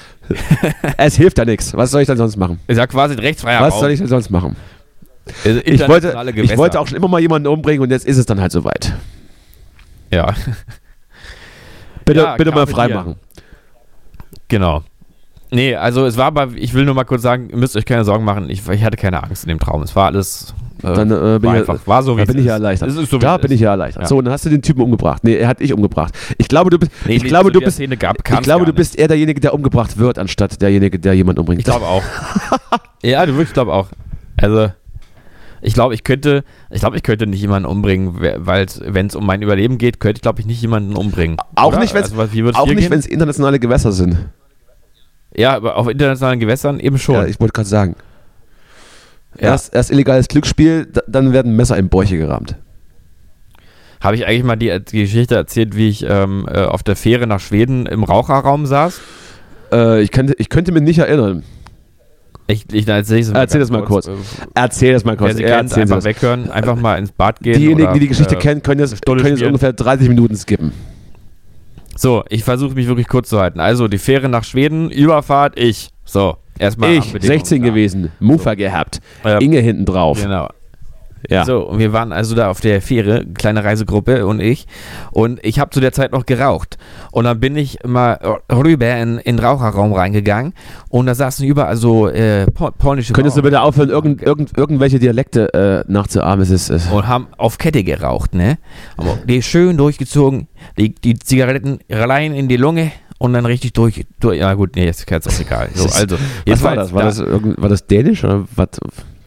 Es hilft ja nichts. Was soll ich denn sonst machen? ist ja quasi ein rechtsfreier Was Raum. soll ich denn sonst machen? Also Ich wollte, internationale ich Gewässer. wollte auch schon immer mal jemanden umbringen und jetzt ist es dann halt soweit. ja. Bitte, Ja, bitte mal Carpe frei diem. machen. Genau. Nee, also es war aber, ich will nur mal kurz sagen, ihr müsst euch keine Sorgen machen, ich, ich hatte keine Angst in dem Traum. Es war alles äh, Dann äh, bin, war ich, einfach, war so wie da es bin ich ja ist. erleichtert. Es ist so, wie da es bin ist. ich ja erleichtert. Ja. So, und dann hast du den Typen umgebracht. Nee, er hat dich umgebracht. Ich glaube, du bist, Nee, ich nee, glaube, zu du der bist, Szene gab- ich kam's glaube, gar du bist eher derjenige, der umgebracht wird, anstatt derjenige, der jemanden umbringt. Ich glaube auch. ja, du wirklich, ich glaube auch. Also, ich glaube, ich könnte, ich glaube, ich könnte nicht jemanden umbringen, weil wenn es um mein Überleben geht, könnte ich, glaube ich, nicht jemanden umbringen. Auch Oder? nicht, wenn es also, wie würd's auch dir nicht, gehen? wenn es internationale Gewässer sind. Ja, aber auf internationalen Gewässern eben schon. Ja, ich wollte gerade sagen. Ja. Erst, erst illegales Glücksspiel, d- dann werden Messer in Bäuche gerammt. Habe ich eigentlich mal die, die Geschichte erzählt, wie ich ähm, äh, auf der Fähre nach Schweden im Raucherraum saß? Äh, ich, könnte, ich könnte mich nicht erinnern. Ich, ich dann erzähl, ich's Erzähl ganz das mal kurz. Äh, Erzähl das mal kurz. Wer sie Ja, kennt, erzählen Sie einfach das. weghören, einfach mal ins Bad gehen. Diejenigen, oder, die die Geschichte äh, kennen, können jetzt, Stunde können jetzt spielen. ungefähr dreißig Minuten skippen. So, ich versuche mich wirklich kurz zu halten. Also, die Fähre nach Schweden, Überfahrt, ich. So, erstmal. Ich, Rahmenbedingungen, sechzehn ja. gewesen, Mofa gehabt, Ähm, Inge hinten drauf. Genau. Ja. So, und wir waren also da auf der Fähre, kleine Reisegruppe und ich. Und ich habe zu der Zeit noch geraucht. Und dann bin ich mal rüber in, in den Raucherraum reingegangen. Und da saßen überall so äh, pol polnische Könntest du Bauern. bitte aufhören, irgend, irgend, irgendwelche Dialekte äh, nachzuahmen? Es ist, es Und haben auf Kette geraucht, ne? Aber die schön durchgezogen, die, die Zigaretten rein in die Lunge und dann richtig durch. durch ja, gut, nee, jetzt ist es auch egal. So, also, was war jedenfalls das? War, das irgend, war das Dänisch oder was?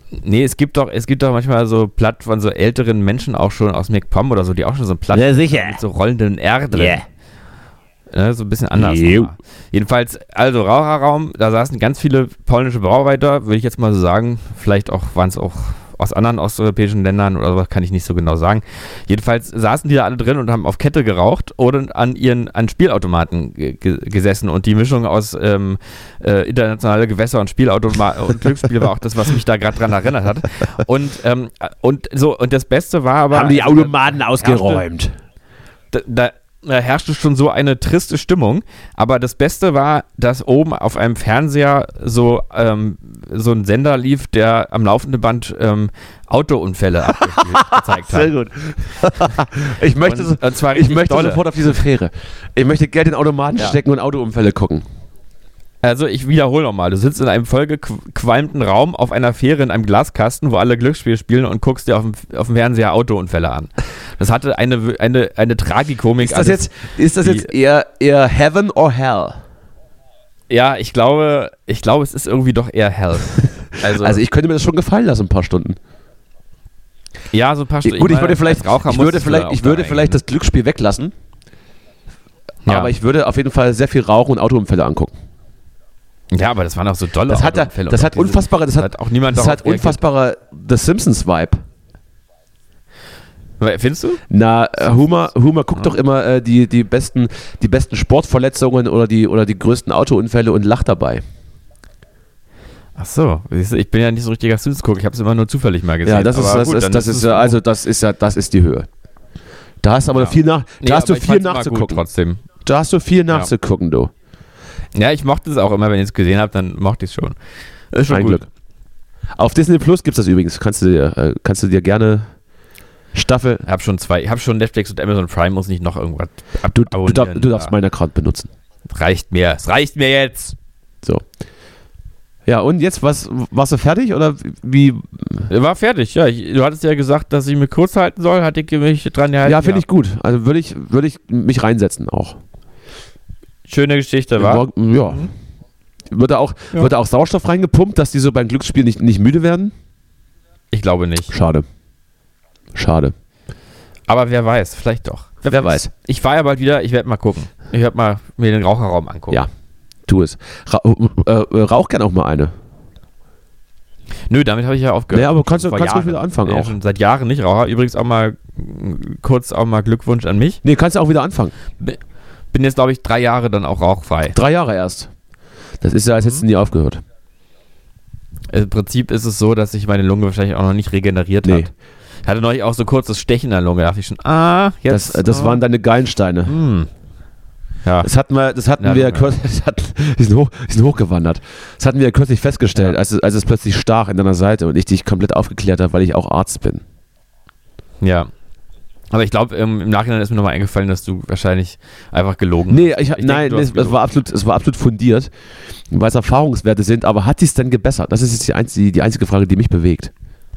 Nee, es gibt doch, es gibt doch manchmal so Platt von so älteren Menschen auch schon aus MacPom oder so, die auch schon so ein Platt Ja, sicher. mit so rollenden R drin. Yeah. Ne, so ein bisschen anders. Jo. nochmal. Jedenfalls, also Raucherraum, da saßen ganz viele polnische Bauarbeiter, würde ich jetzt mal so sagen. Vielleicht auch waren es auch aus anderen osteuropäischen Ländern oder sowas, kann ich nicht so genau sagen. Jedenfalls saßen die da alle drin und haben auf Kette geraucht oder an ihren an Spielautomaten ge gesessen. Und die Mischung aus ähm, äh, internationale Gewässer und Spielautomaten und Glücksspiel war auch das, was mich da gerade dran erinnert hat. Und, ähm, und so, und das Beste war aber. Haben die Automaten ausgeräumt. Da, da, da herrschte schon so eine triste Stimmung, aber das Beste war, dass oben auf einem Fernseher so, ähm, so ein Sender lief, der am laufenden Band ähm, Autounfälle gezeigt hat. Sehr gut. ich möchte, Und, und zwar ich möchte dolle. sofort auf diese Fähre. Ich möchte Geld in Automaten Ja. stecken und Autounfälle gucken. Also ich wiederhole nochmal, du sitzt in einem vollgequalmten Raum auf einer Fähre in einem Glaskasten, wo alle Glücksspiel spielen und guckst dir auf dem, auf dem Fernseher Autounfälle an. Das hatte eine, eine, eine Tragikomik. Ist das jetzt, ist das die- jetzt eher, eher Heaven or Hell? Ja, ich glaube, ich glaube, es ist irgendwie doch eher Hell. Also, Also ich könnte mir das schon gefallen lassen, ein paar Stunden. ja, so ein paar Stunden. Gut, ich meine, würde vielleicht, als Raucher ich würde musstest du vielleicht, auch ich da würde vielleicht das reingehen. Glücksspiel weglassen, Ja. aber ich würde auf jeden Fall sehr viel rauchen und Autounfälle angucken. Ja, aber das waren auch so dolle Das hat, ja- Autounfälle. das und hat diese- unfassbare, das das hat, hat auch niemand das darauf hat unfassbare The Simpsons Vibe. reagiert. Findest du? Na, äh, Homer, Homer guckt doch immer äh, die, die, besten, die besten Sportverletzungen oder die, oder die größten Autounfälle und lacht dabei. Ach so, siehst du, ich bin ja nicht so richtiger Simpsons-Gucker, ich habe es immer nur zufällig mal gesehen. Ja, das ist, aber das gut, ist, dann das ist, es ja, so. also das ist ja, das ist die Höhe. Da hast du aber Ja. viel nach, da Nee, hast du aber ich viel fand's immer nachzugucken. Gut trotzdem. Da hast du viel nachzugucken, du. Ja, ich mochte es auch immer, wenn ich es gesehen habe, dann mochte ich es schon. Ist schon Ein gut. Glück. Auf Disney Plus gibt es das übrigens. Kannst du dir, äh, kannst du dir gerne Staffel. Ich habe schon zwei, ich habe schon Netflix und Amazon Prime, muss nicht noch irgendwas ab Du, du, darf, du darfst Ja. meinen Account benutzen. Reicht mir, es reicht mir jetzt. So. Ja, und jetzt, was, warst du fertig oder wie? War fertig, ja. Ich, du hattest ja gesagt, dass ich mich kurz halten soll, hatte ich mich dran gehalten. Ja, finde ich gut. Also würde ich, würde ich mich reinsetzen auch. Schöne Geschichte, war. Ja. Wird da auch, Ja. wird da auch Sauerstoff reingepumpt, dass die so beim Glücksspiel nicht, nicht müde werden? Ich glaube nicht. Schade. Schade. Aber wer weiß, vielleicht doch. Wer weiß. Ich fahre ja bald wieder, ich werde mal gucken. Ich werde mal mir den Raucherraum angucken. Ja, tu es. Ra äh, äh, rauch gern auch mal eine. Nö, damit habe ich ja aufgehört. Nee, aber kannst du Vor kannst du Jahren. wieder anfangen Ich bin auch. ja schon seit Jahren nicht Raucher. Übrigens auch mal mm, kurz auch mal Glückwunsch an mich. Nee, kannst du auch wieder anfangen. Bin jetzt, glaube ich, drei Jahre dann auch rauchfrei. Drei Jahre erst. Das ist ja, als hättest du nie aufgehört. Im Prinzip ist es so, dass sich meine Lunge wahrscheinlich auch noch nicht regeneriert Nee. hat. Ich hatte neulich auch so kurzes Stechen in der Lunge. Da dachte ich schon, ah, jetzt. Das, äh, das oh. waren deine Gallensteine. Hm. Ja. Das hatten wir, das hatten Ja, wir ja. kürzlich, das hatten, die, sind hoch, die sind hochgewandert. Das hatten wir ja kürzlich festgestellt, als, es, als es plötzlich stach in deiner Seite und ich dich komplett aufgeklärt habe, weil ich auch Arzt bin. Ja. Aber ich glaube, ähm, im Nachhinein ist mir nochmal eingefallen, dass du wahrscheinlich einfach gelogen Nee, hast. ich, denke, nein, du nee, hast es, gelogen. war absolut, es war absolut fundiert, weil es Erfahrungswerte sind, aber hat dies denn gebessert? Das ist jetzt die einzige, die einzige Frage, die mich bewegt.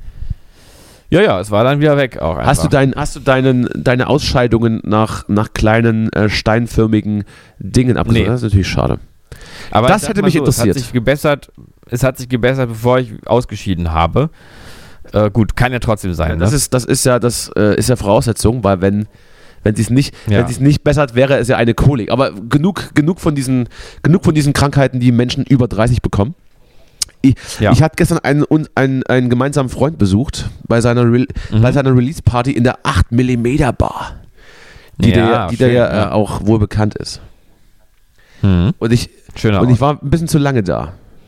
Ja, ja, es war dann wieder weg auch einfach. Hast du, dein, hast du deinen, deine Ausscheidungen nach, nach kleinen äh, steinförmigen Dingen abgesucht? Nee. Das ist natürlich schade. Aber das ich sag hätte mal mich so, interessiert. Es hat sich gebessert, es hat sich gebessert, bevor ich ausgeschieden habe. Äh, gut, kann ja trotzdem sein. Das ne? ist, das ist ja das äh, ist ja Voraussetzung, weil wenn wenn es nicht Ja. wenn es nicht bessert, wäre es ja eine Kolik. Aber genug genug von diesen genug von diesen Krankheiten, die Menschen über dreißig bekommen. Ich, Ja. ich hatte gestern einen, un- einen, einen gemeinsamen Freund besucht bei seiner, Re Mhm. bei seiner Release-Party in der acht Millimeter Bar, die Ja, der, ja- die der schön, ja, ja. Äh, auch wohl bekannt ist. Mhm. Und ich, Schöner und ich Ort. war ein bisschen zu lange da.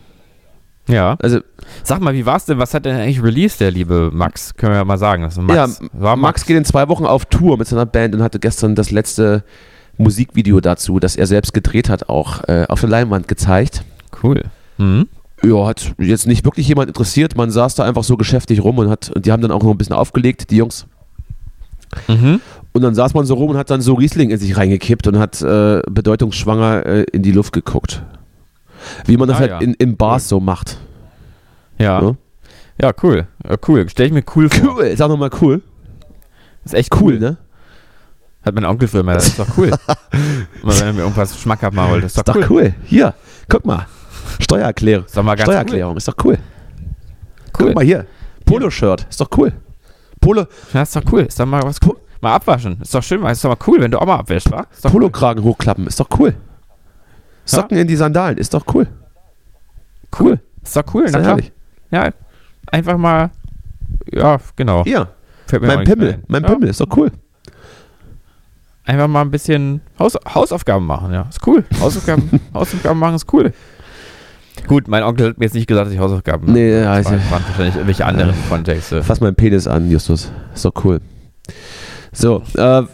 Ja. Also Sag mal, wie war's denn? Was hat denn eigentlich released, der liebe Max? Können wir ja mal sagen. Das ist Max. ja, war Max geht in zwei Wochen auf Tour mit seiner Band und hatte gestern das letzte Musikvideo dazu, das er selbst gedreht hat, auch äh, auf der Leinwand gezeigt. Cool. Mhm. Ja, hat jetzt nicht wirklich jemand interessiert. Man saß da einfach so geschäftig rum und hat und die haben dann auch noch ein bisschen aufgelegt, die Jungs. Mhm. Und dann saß man so rum und hat dann so Riesling in sich reingekippt und hat äh, bedeutungsschwanger äh, in die Luft geguckt. Wie man das Ah, halt ja. in, in Bars so macht. Ja. Ja. Ja, cool. Ja, cool. Stell ich mir cool vor. Cool, sag nochmal cool. Das ist echt Cool, cool. ne? Hat mein Onkel für immer. Das ist doch cool. Immer wenn er mir irgendwas schmackhaft machen wollte. Das ist Ist doch doch cool. cool. Hier, guck mal. Steuererklärung. Ist doch mal ganz Steuererklärung, ist doch cool. cool. Guck mal hier. Polo-Shirt. Ist doch cool. Polo. Ja, ist doch cool. Ist doch mal was cool. Mal abwaschen. Ist doch schön. Ist doch mal cool, wenn du auch mal abwäschst, wa? Polokragen cool. Hochklappen. Ist doch cool. Socken ja. in die Sandalen. Ist doch cool. Cool. Ist doch cool. Ist doch herrlich. Ja. Einfach mal. Ja, genau. Ja. Mein Pimmel. Mein ja. Pimmel. Ist doch cool. Einfach mal ein bisschen Haus, Hausaufgaben machen, ja. Ist cool. Hausaufgaben, Hausaufgaben machen ist cool. Gut, mein Onkel hat mir jetzt nicht gesagt, dass ich Hausaufgaben mache. Nee, ja, das waren wahrscheinlich irgendwelche anderen äh, Kontexte. Fass meinen Penis an, Justus. Ist doch cool. So, äh. Okay.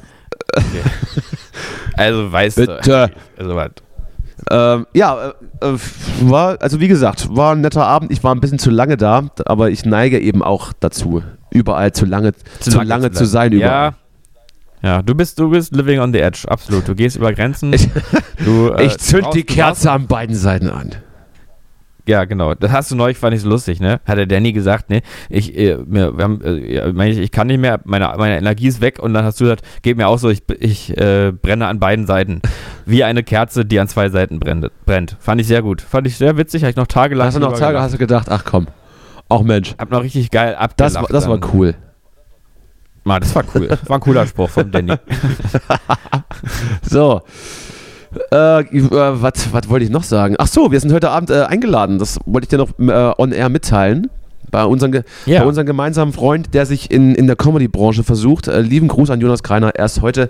Also, weißt bitte. du. Also, was? Ähm, ja, äh, war, also wie gesagt, war ein netter Abend. Ich war ein bisschen zu lange da, aber ich neige eben auch dazu, überall zu lange zu, zu, lange, lange zu sein. Überall. Ja. Ja, du bist, du bist living on the edge, absolut. Du gehst über Grenzen. Ich, du, äh, ich zünd die Kerze an beiden Seiten an. Ja, genau. Das hast du neulich, fand ich so lustig, ne? Hat der Danny gesagt, ne? Ich, äh, wir haben, äh, ich, ich kann nicht mehr, meine, meine Energie ist weg und dann hast du gesagt, geht mir auch so, ich, ich äh, brenne an beiden Seiten. Wie eine Kerze, die an zwei Seiten brennt. brennt. Fand ich sehr gut. Fand ich sehr witzig, habe ich noch tagelang. Hast du noch Tage, gedacht. Hast du gedacht, ach komm, auch Mensch. Hab noch richtig geil abgelacht. Das, war, das war cool. Ma, das war cool. Das war ein cooler Spruch von Danny. So. Äh, äh, was wollte ich noch sagen? Ach so, wir sind heute Abend äh, eingeladen. Das wollte ich dir noch äh, on air mitteilen. Bei unserem, Ge- ja. bei unserem gemeinsamen Freund, der sich in, in der Comedy-Branche versucht. Äh, lieben Gruß an Jonas Greiner. Erst heute.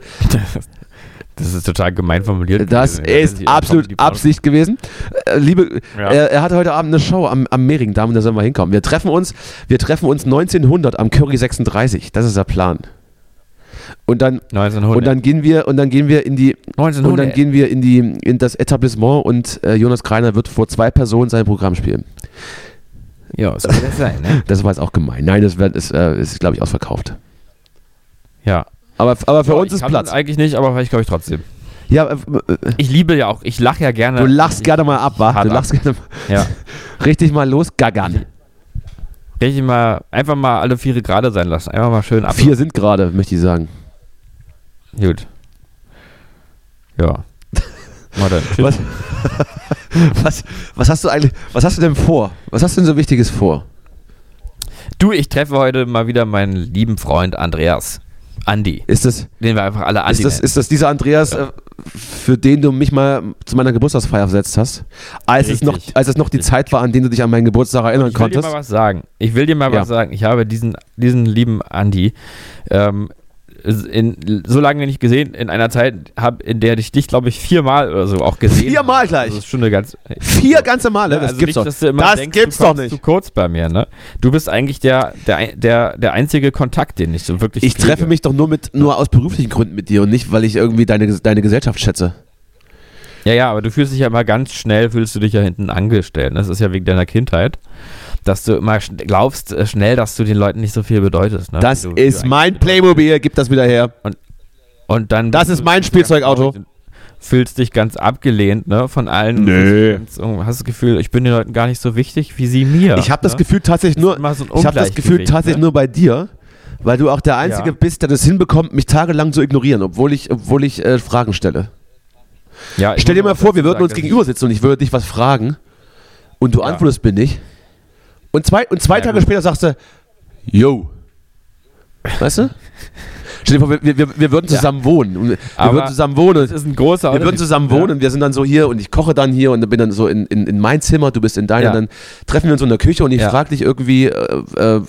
Das ist total gemein formuliert. Das ist absolut Absicht gewesen. Äh, liebe, ja. er, er hat heute Abend eine Show am, am Mehringdamm und da sollen wir hinkommen. Wir treffen uns, wir treffen uns neunzehnhundert am Curry sechsunddreißig. Das ist der Plan. Und dann, neunzehnhundert. und dann gehen wir und dann gehen wir in die neunzehnhundert. Und dann gehen wir in die in das Etablissement und äh, Jonas Greiner wird vor zwei Personen sein Programm spielen. Ja, so wird das sein, ne? Das war jetzt auch gemein. Nein, das wird, ist, äh, ist glaube ich, ausverkauft. Ja. Aber, aber für ja, uns ist Platz. Eigentlich nicht, aber vielleicht glaube ich trotzdem. Ja, äh, ich liebe ja auch, ich lache ja gerne. Du lachst gerne mal ab, wa? Du lachst gerne ja. richtig mal losgaggern. Richtig mal, einfach mal alle Viere gerade sein lassen. Einfach mal schön ab. Vier sind gerade, möchte ich sagen. Gut. Ja. Mal dann. Was, was, was hast du eigentlich, was hast du denn vor? Was hast du denn so Wichtiges vor? Du, ich treffe heute mal wieder meinen lieben Freund Andreas. Andi. Ist das, den wir einfach alle Andi ist das, ist das dieser Andreas, ja. äh, für den du mich mal zu meiner Geburtstagsfeier versetzt hast? Als es, noch, als es noch die Zeit war, an den du dich an meinen Geburtstag erinnern ich will konntest? Ich will dir mal was sagen. Ich will dir mal ja. was sagen. Ich habe diesen, diesen lieben Andi ähm, in, so lange nicht gesehen, in einer Zeit, hab, in der ich dich, glaube ich, viermal oder so auch gesehen habe. Viermal gleich? Das ist schon eine ganz, Vier ganze Male? Das also gibt's nicht, doch, dass du immer das denkst, gibt's du doch nicht. zu kurz bei mir, ne? Du bist eigentlich der, der, der, der einzige Kontakt, den ich so wirklich Ich kriege. treffe mich doch nur, mit, nur aus beruflichen Gründen mit dir und nicht, weil ich irgendwie deine, deine Gesellschaft schätze. Ja, ja, aber du fühlst dich ja immer ganz schnell, fühlst du dich ja hinten angestellt. Das ist ja wegen deiner Kindheit, dass du immer glaubst äh, schnell, dass du den Leuten nicht so viel bedeutest. Ne? Das du, ist du mein Playmobil, gib das wieder her. Und, und dann das ist mein Spielzeugauto. Fühlst dich ganz abgelehnt, ne, von allen. Nö. Ganz, hast das Gefühl, ich bin den Leuten gar nicht so wichtig wie sie mir. Ich habe das ne? Gefühl tatsächlich nur, so ich habe das Gefühl tatsächlich ne? nur bei dir, weil du auch der Einzige ja. bist, der das hinbekommt, mich tagelang zu ignorieren, obwohl ich, obwohl ich äh, Fragen stelle. Ja, Stell dir mal vor, wir würden uns gegenüber sitzen und ich würde dich was fragen und du ja. antwortest mir nicht. Und zwei, und zwei ja, Tage gut. später sagst du, yo. Weißt du? Stell dir vor, wir, wir, wir würden zusammen ja. wohnen. Wir Aber würden zusammen wohnen. Das ist ein großer Wir würden zusammen wohnen ja. und wir sind dann so hier und ich koche dann hier und bin dann so in, in, in mein Zimmer, du bist in deinem, ja. dann treffen wir uns in der Küche und ich ja. frage dich irgendwie, äh, äh,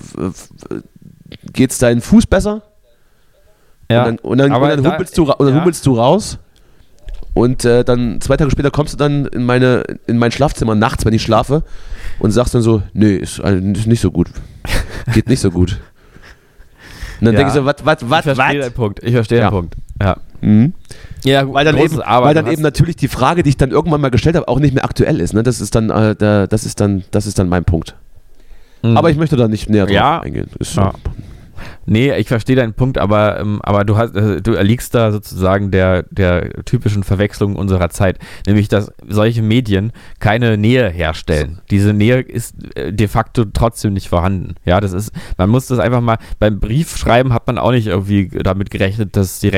geht's deinen Fuß besser? Ja. Und dann, und dann, und dann, humpelst, du, und dann ja. humpelst du raus. Und äh, dann zwei Tage später kommst du dann in, meine, in mein Schlafzimmer nachts, wenn ich schlafe und sagst dann so, nee, ist, ist nicht so gut. Geht nicht so gut. Und dann ja. denke ich so, was, was, was, was? Ich verstehe den Punkt. Ich verstehe ja. den Punkt. Ja. Mhm. Ja, gut, weil dann, eben, weil dann eben natürlich die Frage, die ich dann irgendwann mal gestellt habe, auch nicht mehr aktuell ist. Ne? Das ist dann, äh, der, das ist dann, das ist dann mein Punkt. Mhm. Aber ich möchte da nicht näher drauf ja. eingehen. Ist ja. Nee, ich verstehe deinen Punkt, aber, ähm, aber du hast, äh, du erliegst da sozusagen der, der typischen Verwechslung unserer Zeit, nämlich dass solche Medien keine Nähe herstellen. Diese Nähe ist äh, de facto trotzdem nicht vorhanden. Ja, das ist, man muss das einfach mal, beim Briefschreiben hat man auch nicht irgendwie damit gerechnet, dass direkt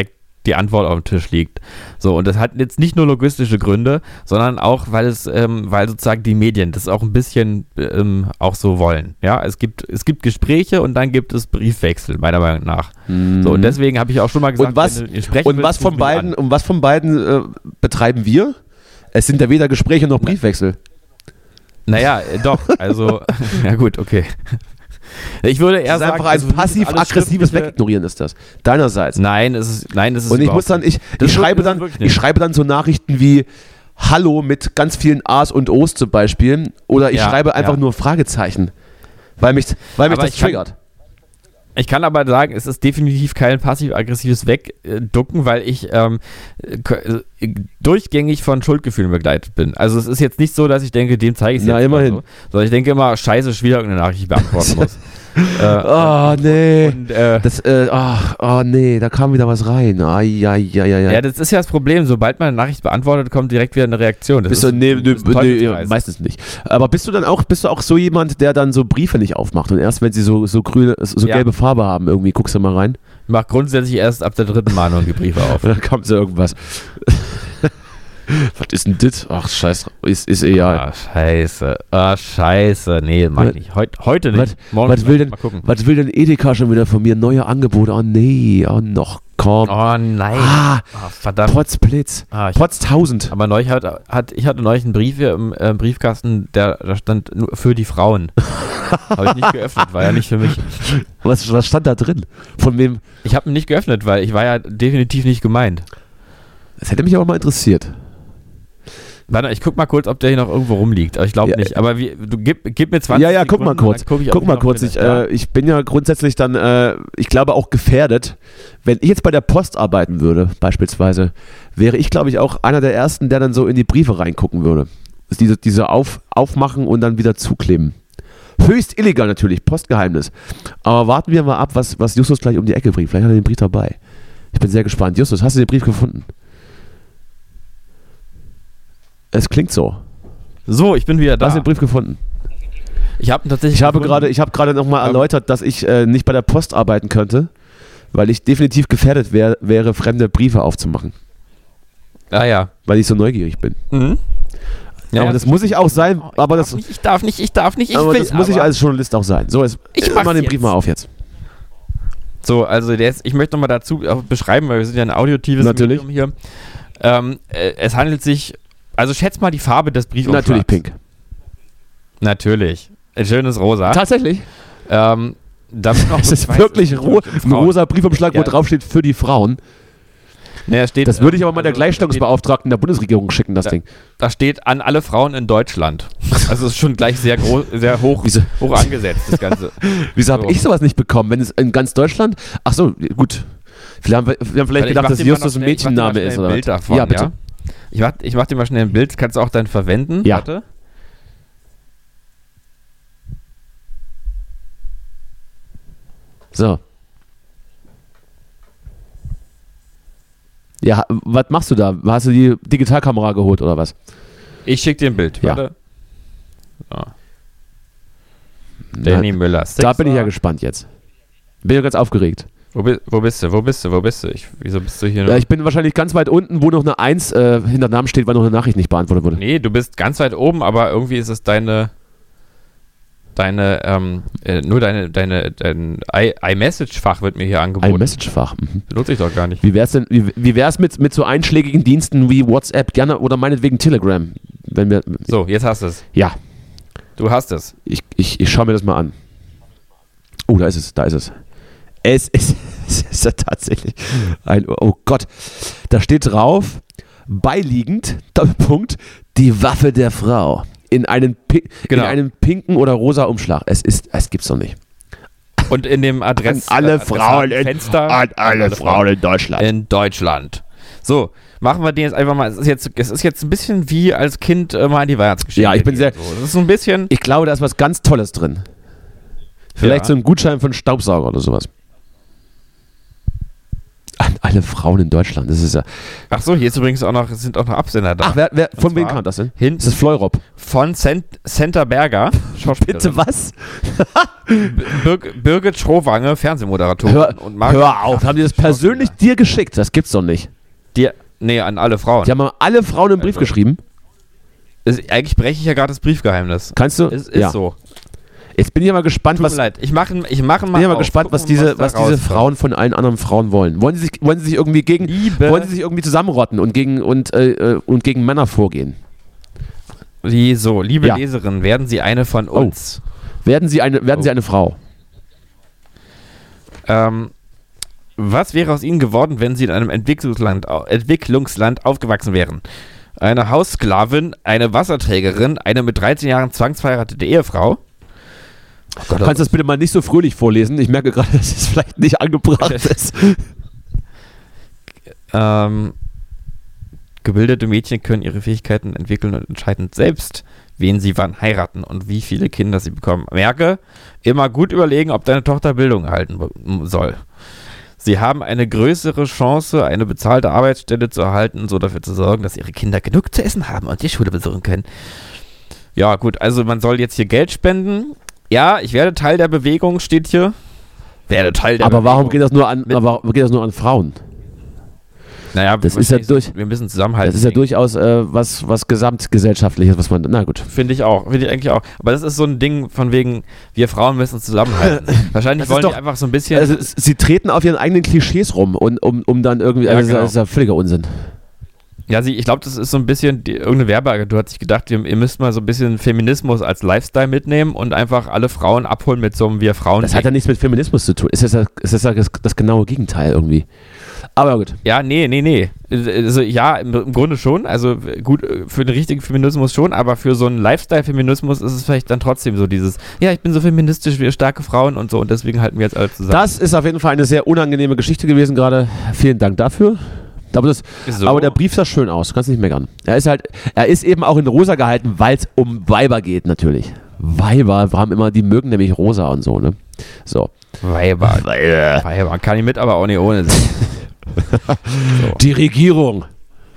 die Antwort auf dem Tisch liegt. So, und das hat jetzt nicht nur logistische Gründe, sondern auch, weil es, ähm, weil sozusagen die Medien das auch ein bisschen ähm, auch so wollen. Ja, es gibt, es gibt Gespräche und dann gibt es Briefwechsel, meiner Meinung nach. Mhm. So, und deswegen habe ich auch schon mal gesagt, und was, wenn du sprechen und willst, was von beiden, und was von beiden äh, betreiben wir? Es sind ja weder Gespräche noch Briefwechsel. Naja, äh, doch, also, ja gut, okay. Ich würde eher das ist sagen, einfach ein also passiv-aggressives Wegignorieren ist das. Deinerseits. Nein, es ist, nein, es ist und ich muss dann, ich, ich schreibe dann, ich schreibe dann so Nachrichten wie Hallo mit ganz vielen A's und O's zum Beispiel. Oder ich ja, schreibe einfach ja. nur Fragezeichen. Weil mich, weil mich das triggert. Kann, ich kann aber sagen, es ist definitiv kein passiv-aggressives Wegducken, weil ich ähm, durchgängig von Schuldgefühlen begleitet bin. Also es ist jetzt nicht so, dass ich denke, dem zeige ich es jetzt. Na, immerhin. So, sondern ich denke immer, scheiße, schon wieder irgendeine Nachricht beantworten muss. äh, oh, nee. Und, äh, das, äh, oh, oh, nee, da kam wieder was rein. Ai, ai, ai, ai. Ja, das ist ja das Problem. Sobald man eine Nachricht beantwortet, kommt direkt wieder eine Reaktion. Das bist ist, du, nee, nee, nee, meistens nicht. Aber bist du dann auch, bist du auch so jemand, der dann so Briefe nicht aufmacht und erst wenn sie so, so grüne, so ja. gelbe Farbe haben, irgendwie guckst du mal rein? Ich mach grundsätzlich erst ab der dritten Mahnung die Briefe auf. Und dann kommt so irgendwas. Was ist denn das? Ach, scheiße, ist, ist egal. Ah, scheiße. Ah, scheiße. Nee, mach ich nicht. Heut, heute nicht. Was, Morgen was, will denn, mal gucken. Was will denn Edeka schon wieder von mir? Neue Angebote? Oh, nee. Oh, noch. Komm. Oh, nein. Ah, oh, verdammt. Potzblitz. Ah, Potztausend. Aber neulich hat, hat, ich hatte neulich einen Brief hier im äh, Briefkasten, der da stand nur für die Frauen. Habe ich nicht geöffnet, war ja nicht für mich. Was, was stand da drin? Von wem? Ich habe ihn nicht geöffnet, weil ich war ja definitiv nicht gemeint. Das hätte mich aber mal interessiert. Warte, ich guck mal kurz, ob der hier noch irgendwo rumliegt. Aber ich glaube ja, nicht. Aber wie, du gib, gib mir zwanzig Ja, ja, Sekunden, guck mal kurz. Guck, ich, guck mal kurz. Ich, äh, ich bin ja grundsätzlich dann, äh, ich glaube auch gefährdet. Wenn ich jetzt bei der Post arbeiten würde, beispielsweise, wäre ich, glaube ich, auch einer der Ersten, der dann so in die Briefe reingucken würde. Diese, diese auf, aufmachen und dann wieder zukleben. Höchst illegal natürlich, Postgeheimnis. Aber warten wir mal ab, was, was Justus gleich um die Ecke bringt. Vielleicht hat er den Brief dabei. Ich bin sehr gespannt. Justus, hast du den Brief gefunden? Es klingt so. So, ich bin wieder da. Hast du den Brief gefunden? Ich habe tatsächlich. Ich habe gerade, ich habe gerade nochmal ähm, erläutert, dass ich äh, nicht bei der Post arbeiten könnte, weil ich definitiv gefährdet wär, wäre, fremde Briefe aufzumachen. Ah ja. Weil ich so neugierig bin. Mhm. Ja, aber das muss ich auch sein. Ich aber darf das, nicht, ich darf nicht, ich darf nicht, ich aber will. Das muss aber ich als Journalist auch sein. So, jetzt ich mach den Brief mal auf jetzt. So, also der ist, ich möchte nochmal dazu beschreiben, weil wir sind ja ein audiotives Natürlich. Medium hier. Ähm, äh, es handelt sich. Also schätz mal die Farbe des Briefumschlags. Natürlich pink. Natürlich. Ein schönes Rosa. Tatsächlich? Ähm, es ist wirklich ro- ein rosa Briefumschlag, wo ja. drauf steht für die Frauen. Naja, steht, das würde ich aber mal also der Gleichstellungsbeauftragten der Bundesregierung schicken, das da, Ding. Da steht an alle Frauen in Deutschland. Also es ist schon gleich sehr, gro- sehr hoch, Wieso? hoch angesetzt, das Ganze. Wieso so. habe ich sowas nicht bekommen? Wenn es in ganz Deutschland... Ach so, gut. Wir haben, wir haben vielleicht gedacht, dass Justus ein Mädchenname ist. Oder Bild davon, ja, bitte. Ja? Ich mach, ich mach dir mal schnell ein Bild, kannst du auch dann verwenden. Ja. Warte. So. Ja, was machst du da? Hast du die Digitalkamera geholt oder was? Ich schick dir ein Bild. Ja. Warte. So. Danny Na, Müller. Da bin ich ja gespannt jetzt. Bin ja ganz aufgeregt. Wo, bi- wo bist du? Wo bist du? Wo bist du? Ich, wieso bist du hier noch? Ja, ich bin wahrscheinlich ganz weit unten, wo noch eine eins äh, hinter Namen steht, weil noch eine Nachricht nicht beantwortet wurde. Nee, du bist ganz weit oben, aber irgendwie ist es deine deine, ähm, äh, nur deine, deine, dein I- iMessage-Fach wird mir hier angeboten. iMessage-Fach? Mhm. Benutze ich doch gar nicht. Wie wär's denn, wie, wie wär's mit, mit so einschlägigen Diensten wie WhatsApp, gerne oder meinetwegen Telegram? Wenn wir, so, jetzt hast du es. Ja. Du hast es. Ich, ich, ich schaue mir das mal an. Oh, da ist es, da ist es. Es ist, es ist ja tatsächlich ein, oh Gott, da steht drauf, beiliegend, Doppelpunkt, die Waffe der Frau. In einem, genau. in einem pinken oder rosa Umschlag. Es ist, es gibt's doch nicht. Und in dem Adress, an alle äh, Frauen in, Fenster, an alle Frauen in Deutschland. In Deutschland. So, machen wir den jetzt einfach mal. Es ist jetzt, es ist jetzt ein bisschen wie als Kind äh, mal in die Weihnachtsgeschichte. Ja, ich bin sehr. So. Das ist so ein bisschen. Ich glaube, da ist was ganz Tolles drin. Vielleicht ja. so ein Gutschein für einen Staubsauger oder sowas. An Alle Frauen in Deutschland, das ist ja... Ach so, hier ist übrigens auch noch, sind auch noch Absender da. Ach, wer, wer, von Und wem zwar kam das denn? Hinten Ist das Fleurop? von Cent, Center Berger, Schauspielerin. Bitte was? Bir Birgit Schrowange, Fernsehmoderatorin. Hör, und Marc hör auf, haben die das persönlich dir geschickt? Das gibt's doch nicht. Die, nee, an alle Frauen. Die haben alle Frauen einen Brief Also, geschrieben. Ist, eigentlich breche ich ja gerade das Briefgeheimnis. Kannst du? Ist, ist ja. so. Jetzt bin ich aber gespannt, Tut was... mir leid, ich mache ich mach mal bin ich aber auf. gespannt, Gucken, was diese, was da diese rauskommt. Frauen von allen anderen Frauen wollen. Wollen sie sich, wollen sie sich irgendwie gegen, Liebe- wollen sie sich irgendwie zusammenrotten und gegen und, äh, und gegen Männer vorgehen? Die, so, liebe Ja. Leserin, werden Sie eine von Oh. uns? Werden sie eine, werden Oh. sie eine Frau? Ähm, was wäre aus Ihnen geworden, wenn Sie in einem Entwicklungsland, au- Entwicklungsland aufgewachsen wären? Eine Haussklavin, eine Wasserträgerin, eine mit dreizehn Jahren zwangsverheiratete Ehefrau? Oh Gott, Kannst du das bitte mal nicht so fröhlich vorlesen? Ich merke gerade, dass es vielleicht nicht angebracht ist. Ähm, gebildete Mädchen können ihre Fähigkeiten entwickeln und entscheiden selbst, wen sie wann heiraten und wie viele Kinder sie bekommen. Merke, immer gut überlegen, ob deine Tochter Bildung erhalten be- soll. Sie haben eine größere Chance, eine bezahlte Arbeitsstelle zu erhalten und so dafür zu sorgen, dass ihre Kinder genug zu essen haben und die Schule besuchen können. Ja, gut, also man soll jetzt hier Geld spenden. Ja, ich werde Teil der Bewegung, steht hier. Werde Teil der Aber Bewegung. warum geht das nur an, Mit- aber warum geht das nur an Frauen? Naja, Das ist ja durch- wir müssen zusammenhalten. Das ist ja durchaus äh, was, was gesamtgesellschaftliches, was man, na gut. Finde ich auch, finde ich eigentlich auch. Aber das ist so ein Ding von wegen, wir Frauen müssen zusammenhalten. Wahrscheinlich Das ist wollen doch- die einfach so ein bisschen. Also, es- sie treten auf ihren eigenen Klischees rum, und, um, um dann irgendwie, Ja, also genau. das ist ja völliger Unsinn. ja, sie, ich glaube, das ist so ein bisschen, die, irgendeine Werbeagentur hat sich gedacht, ihr, ihr müsst mal so ein bisschen Feminismus als Lifestyle mitnehmen und einfach alle Frauen abholen mit so einem wir Frauen. Das hat ja nichts mit Feminismus zu tun. Es ist ja, es ist ja das, das genaue Gegenteil irgendwie. Aber gut. Ja, nee, nee, nee. Also, ja, im, im Grunde schon. Also gut, für den richtigen Feminismus schon, aber für so einen Lifestyle-Feminismus ist es vielleicht dann trotzdem so dieses, ja, ich bin so feministisch, wir starke Frauen und so und deswegen halten wir jetzt alle zusammen. Das ist auf jeden Fall eine sehr unangenehme Geschichte gewesen gerade. Vielen Dank dafür. Aber, das, So. aber der Brief sah schön aus, du kannst nicht meckern. Er ist halt, er ist eben auch in rosa gehalten, weil es um Weiber geht natürlich. Weiber haben immer, die mögen nämlich rosa und so, ne? So. Weiber. Weiber. Kann ich mit, aber auch nicht ohne sich. So. Die Regierung.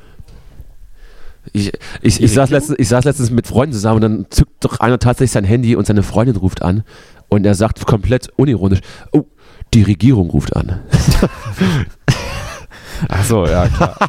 Ich, ich, Die ich, saß Regierung? letztens, ich saß letztens mit Freunden zusammen und dann zückt doch einer tatsächlich sein Handy und seine Freundin ruft an und er sagt komplett unironisch, oh, die Regierung ruft an. Ach so, ja, klar.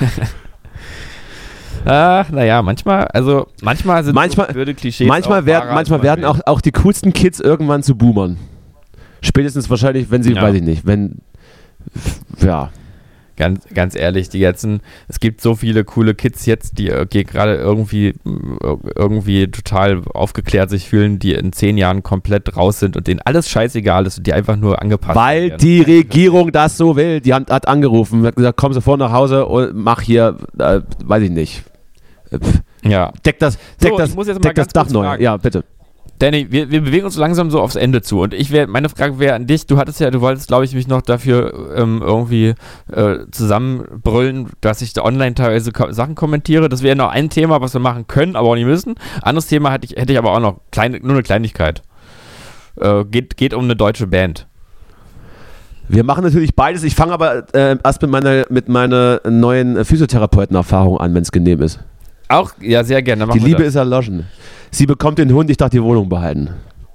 Ach, naja, manchmal, also manchmal sind Manchmal- so blöde Klischees Manchmal auch werden, wahrer, manchmal als man werden will. auch, auch die coolsten Kids irgendwann zu Boomern. Spätestens wahrscheinlich, wenn sie, Ja. weiß ich nicht, wenn, ja. Ganz, ganz ehrlich, die jetzt, es gibt so viele coole Kids jetzt, die, äh, die gerade irgendwie, äh, irgendwie total aufgeklärt sich fühlen, die in zehn Jahren komplett raus sind und denen alles scheißegal ist und die einfach nur angepasst Weil werden. die Regierung das so will. Die hat, hat angerufen, hat gesagt, komm sofort nach Hause und mach hier, äh, weiß ich nicht. Äh, pf, Ja. Deck das, deck So, das, ich muss jetzt mal deck das ganz Dach kurz neu. fragen. Ja, bitte. Danny, wir, wir bewegen uns so langsam so aufs Ende zu und ich wäre, meine Frage wäre an dich, du hattest ja, du wolltest, glaube ich, mich noch dafür ähm, irgendwie äh, zusammenbrüllen, dass ich da online teilweise ko- Sachen kommentiere. Das wäre noch ein Thema, was wir machen können, aber auch nicht müssen. Anderes Thema hätte ich, hätte ich aber auch noch, kleine, nur eine Kleinigkeit. Äh, geht, geht um eine deutsche Band. Wir machen natürlich beides. Ich fange aber äh, erst mit meiner, mit meiner neuen Physiotherapeutenerfahrung an, wenn es genehm ist. Auch, ja, sehr gerne. Dann Die machen wir Liebe das. ist erloschen. Sie bekommt den Hund, ich darf die Wohnung behalten.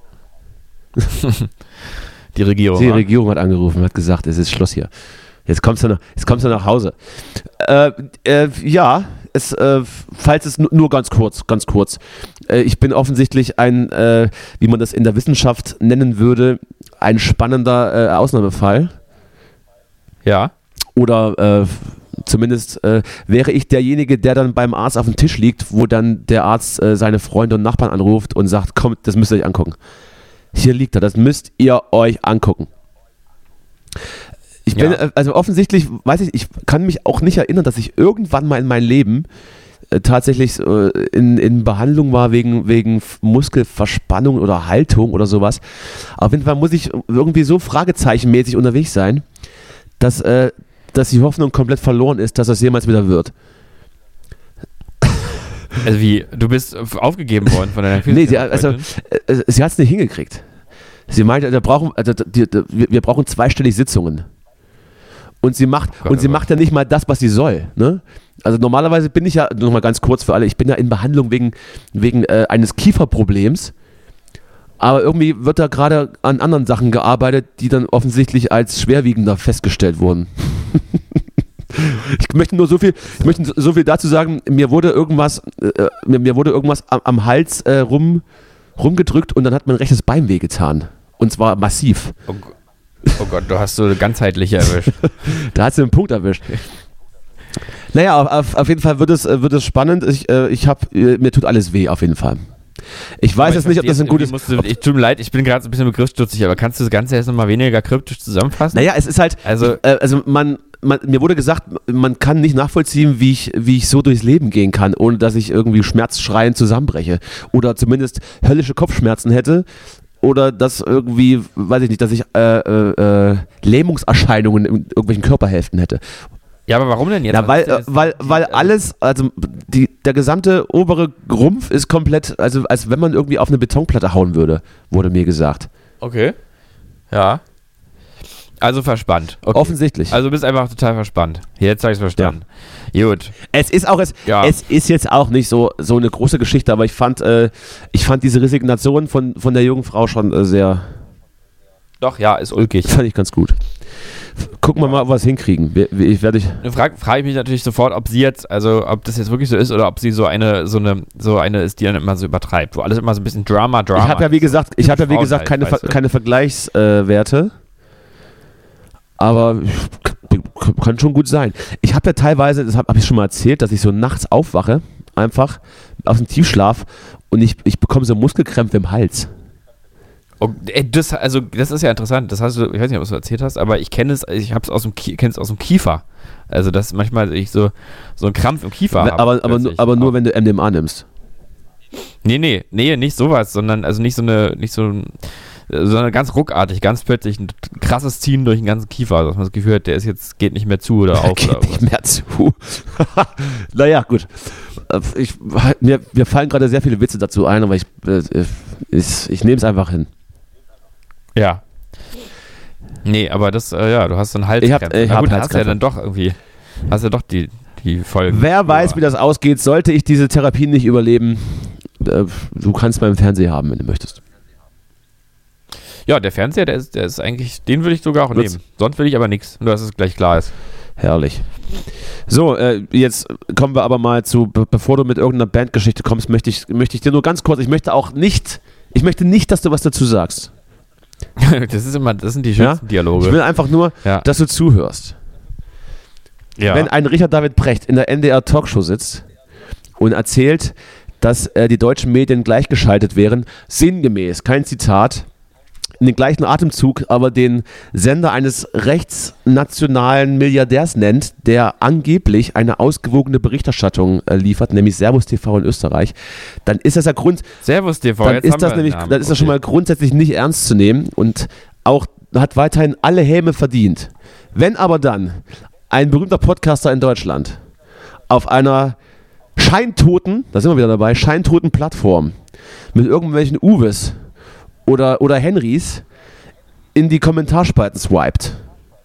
Die Regierung. Die wa? Regierung hat angerufen und hat gesagt, es ist Schluss hier. Jetzt kommst du nach, jetzt kommst du nach Hause. Äh, äh, ja, es, äh, falls es nu- nur ganz kurz, ganz kurz. Äh, ich bin offensichtlich ein, äh, wie man das in der Wissenschaft nennen würde, ein spannender äh, Ausnahmefall. Ja. Oder äh, zumindest äh, wäre ich derjenige, der dann beim Arzt auf dem Tisch liegt, wo dann der Arzt äh, seine Freunde und Nachbarn anruft und sagt, kommt, das müsst ihr euch angucken. Hier liegt er, das müsst ihr euch angucken. Ich bin, Ja. äh, also offensichtlich, weiß ich, ich kann mich auch nicht erinnern, dass ich irgendwann mal in meinem Leben äh, tatsächlich äh, in, in Behandlung war wegen, wegen F- Muskelverspannung oder Haltung oder sowas. Auf jeden Fall muss ich irgendwie so fragezeichenmäßig unterwegs sein, dass, äh, dass die Hoffnung komplett verloren ist, dass das jemals wieder wird. Also wie, du bist aufgegeben worden von deiner Nee, sie, also, Physiotherapeutin? äh, sie hat es nicht hingekriegt. Sie meinte, wir brauchen, also, die, die, wir wir brauchen zweistellig Sitzungen. Und sie macht, Gott, und sie oh macht ja nicht mal das, was sie soll. Ne? Also normalerweise bin ich ja, nochmal ganz kurz für alle, ich bin ja in Behandlung wegen, wegen äh, eines Kieferproblems. Aber irgendwie wird da gerade an anderen Sachen gearbeitet, die dann offensichtlich als schwerwiegender festgestellt wurden. Ich möchte nur so viel, ich möchte so viel dazu sagen, mir wurde irgendwas, äh, mir, mir wurde irgendwas am, am Hals äh, rum, rumgedrückt und dann hat mein rechtes Bein wehgetan. Und zwar massiv. Oh, oh Gott, du hast so ganzheitlich erwischt. Da hat sie einen Punkt erwischt. Naja, auf, auf jeden Fall wird es, wird es spannend. Ich, äh, ich hab, äh, mir tut alles weh, auf jeden Fall. Ich weiß jetzt nicht, ob das ein gutes... Du, ich tut mir leid, ich bin gerade so ein bisschen begriffsstutzig, aber kannst du das Ganze jetzt nochmal weniger kryptisch zusammenfassen? Naja, es ist halt... Also, äh, also man, man... Mir wurde gesagt, man kann nicht nachvollziehen, wie ich, wie ich so durchs Leben gehen kann, ohne dass ich irgendwie schmerzschreiend zusammenbreche. Oder zumindest höllische Kopfschmerzen hätte. Oder dass irgendwie, weiß ich nicht, dass ich äh, äh, Lähmungserscheinungen in irgendwelchen Körperhälften hätte. Ja, aber warum denn jetzt? Ja, weil, Was ist denn weil, jetzt- weil alles, also die, der gesamte obere Rumpf ist komplett, also als wenn man irgendwie auf eine Betonplatte hauen würde, wurde mir gesagt. Okay. Ja. Also verspannt. Okay. Offensichtlich. Also du bist einfach total verspannt. Jetzt habe ich es verstanden. Gut. Es ist auch, es, Ja. es ist jetzt auch nicht so, so eine große Geschichte, aber ich fand, äh, ich fand diese Resignation von, von der jungen Frau schon äh, sehr, Doch, ja, ist ulkig. fand ich ganz gut. Gucken wir mal, ob wir es hinkriegen. Wir, wir, ich werde ich, Dann frage frag ich mich natürlich sofort, ob sie jetzt, also ob das jetzt wirklich so ist oder ob sie so eine, so eine, so eine ist, die dann immer so übertreibt, wo alles immer so ein bisschen Drama, Drama. ich habe ja wie gesagt, ich habe ja wie Frauen gesagt halt, keine, weißt Ver- du? keine Vergleichswerte, aber k- kann schon gut sein. Ich habe ja teilweise, das habe hab ich schon mal erzählt, dass ich so nachts aufwache, einfach aus dem Tiefschlaf und ich, ich bekomme so Muskelkrämpfe im Hals. Oh, ey, das, also, das ist ja interessant. Das hast du, ich weiß nicht, ob du es erzählt hast, aber ich kenne es, ich habe es aus dem, Ki- kenne es aus dem Kiefer. Also, dass manchmal ich so, so einen Krampf im Kiefer habe. aber, aber, nur, aber nur, wenn du M D M A nimmst. Nee, nee, nee, nicht sowas, sondern, also nicht so eine, nicht so ein, sondern ganz ruckartig, ganz plötzlich ein krasses Ziehen durch den ganzen Kiefer, dass man das Gefühl hat, der ist jetzt, geht nicht mehr zu oder auf Geht oder nicht was. mehr zu. Naja, gut. Ich, mir, mir fallen gerade sehr viele Witze dazu ein, aber ich, äh, ich, ich nehme es einfach hin. Ja. Nee, aber das, äh, ja, du hast so einen Hals. Ich hab- ich Na hab gut, hast du ja Halskrämpfe. dann doch irgendwie, hast ja doch die, die Folgen. Wer weiß, Ja. wie das ausgeht, sollte ich diese Therapie nicht überleben, äh, du kannst beim Fernseher haben, wenn du möchtest. Ja, der Fernseher, der ist, der ist eigentlich, den würde ich sogar auch Wird's- nehmen. Sonst will ich aber nichts, nur dass es gleich klar ist. Herrlich. So, äh, jetzt kommen wir aber mal zu, be bevor du mit irgendeiner Bandgeschichte kommst, möchte ich, möchte ich dir nur ganz kurz, ich möchte auch nicht, ich möchte nicht, dass du was dazu sagst. Das ist immer, das sind die Ja? schönsten Dialoge. Ich will einfach nur, Ja. dass du zuhörst. ja. Wenn ein Richard David Precht in der N D R Talkshow sitzt und erzählt, dass äh, die deutschen Medien gleichgeschaltet wären, sinngemäß, kein Zitat, in den gleichen Atemzug aber den Sender eines rechtsnationalen Milliardärs nennt, der angeblich eine ausgewogene Berichterstattung äh, liefert, nämlich Servus T V in Österreich, dann ist das ja Grund, Servus T V, dann jetzt ist haben das wir nämlich, einen Namen. dann ist das schon Okay. mal grundsätzlich nicht ernst zu nehmen und auch hat weiterhin alle Häme verdient. Wenn aber dann ein berühmter Podcaster in Deutschland auf einer scheintoten, da sind wir wieder dabei, scheintoten Plattform mit irgendwelchen Uwes oder, oder Henrys in die Kommentarspalten swiped,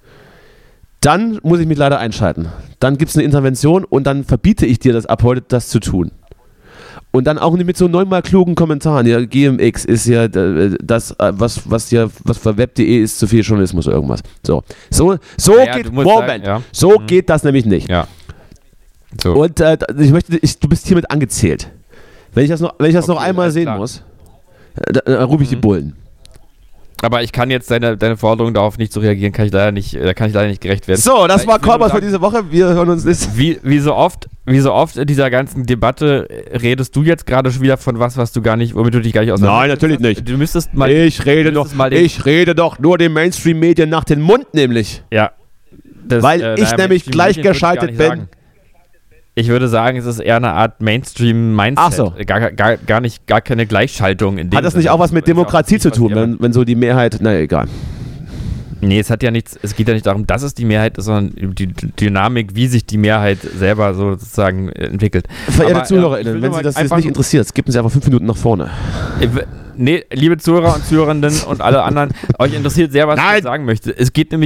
dann muss ich mich leider einschalten. Dann gibt es eine Intervention und dann verbiete ich dir das ab heute, das zu tun. Und dann auch nicht mit so neunmal klugen Kommentaren. Ja, G M X ist ja äh, das, äh, was, was ja, was für web punkt de ist, zu viel Journalismus oder irgendwas. So, so, so Naja, geht, du musst Moment, sagen, ja. so Mhm. geht das nämlich nicht. Ja. So. Und äh, ich möchte, ich, du bist hiermit angezählt. Wenn ich das noch, wenn ich das noch Okay, einmal alles sehen klar. muss, äh, dann, dann rufe ich die Mhm. Bullen. Aber ich kann jetzt deine, deine Forderung darauf nicht zu reagieren, kann ich leider nicht, da kann ich leider nicht gerecht werden. So, das Weil war ich will nur Korbas für sagen- diese Woche. Wir hören uns nächste Wie, wie, so oft, wie so oft in dieser ganzen Debatte redest du jetzt gerade schon wieder von was, was du gar nicht, womit du dich gar nicht Nein, natürlich nicht. Du müsstest mal. Ich rede du doch, müsstest mal den- ich rede doch nur den Mainstream-Medien nach den Mund, nämlich. Ja. Das, Weil äh, ich naja, nämlich Mainstream-Medien gleichgeschaltet würde ich gar nicht bin. sagen. Ich würde sagen, es ist eher eine Art Mainstream-Mindset. Ach so. Gar, gar, gar, nicht, gar keine Gleichschaltung in dem Hat das Sinne. nicht auch was mit Würde ich Demokratie nicht zu tun, passieren. wenn, wenn so die Mehrheit, naja, egal. Nee, es hat ja nichts, es geht ja nicht darum, dass es die Mehrheit ist, sondern die D- Dynamik, wie sich die Mehrheit selber so sozusagen äh, entwickelt. Verehrte Aber, äh, ZuhörerInnen, ich will wenn nur Sie das mal jetzt einfach- nicht interessiert, skippen Sie einfach fünf Minuten nach vorne. Ich w- Nee, liebe Zuhörer und Zuhörerinnen und alle anderen, euch interessiert sehr, was ich Nein. jetzt sagen möchte. Es geht nämlich,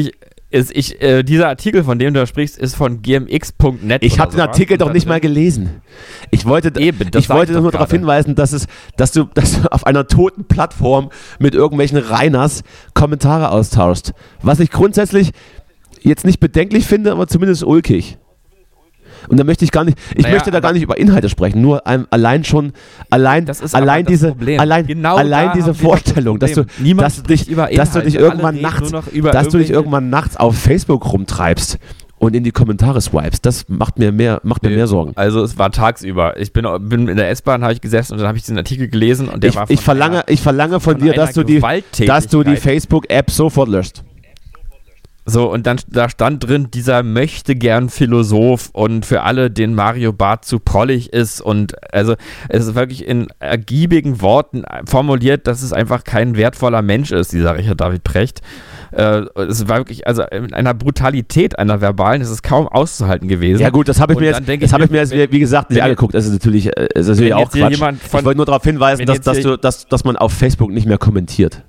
ist, ich, äh, dieser Artikel, von dem du da sprichst, ist von g m x punkt net. Ich habe den Artikel doch nicht mal gelesen. Ich wollte, Eben, ich wollte nur darauf hinweisen, dass, es, dass, du, dass du auf einer toten Plattform mit irgendwelchen Reiners Kommentare austauschst. Was ich grundsätzlich jetzt nicht bedenklich finde, aber zumindest ulkig. Und da möchte ich gar nicht, ich naja, möchte da gar nicht über Inhalte sprechen, nur ein, allein schon, allein, allein diese, allein, genau allein diese Vorstellung, dass du, dass du dich, dass du dich irgendwann nachts, dass du dich irgendwann nachts auf Facebook rumtreibst und in die Kommentare swipes, das macht mir mehr, macht mir nee, mehr Sorgen. Also es war tagsüber. Ich bin, bin in der S-Bahn, habe ich gesessen und dann habe ich den Artikel gelesen und der ich, war von ich verlange, einer, ich verlange von, von dir, dass du die, dass du die Facebook-App sofort löscht. So, und dann da stand drin, dieser möchte gern Philosoph und für alle, den Mario Barth zu prollig ist und also es ist wirklich in ergiebigen Worten formuliert, dass es einfach kein wertvoller Mensch ist, dieser Richard David Precht. Äh, es war wirklich, also in einer Brutalität, einer verbalen, ist es kaum auszuhalten gewesen. Ja gut, das habe ich, mir jetzt, das hab ich mir jetzt, wie gesagt, nicht angeguckt. Das ist natürlich, das ist natürlich auch Quatsch. Von, ich wollte nur darauf hinweisen, dass, dass, du, dass, dass man auf Facebook nicht mehr kommentiert.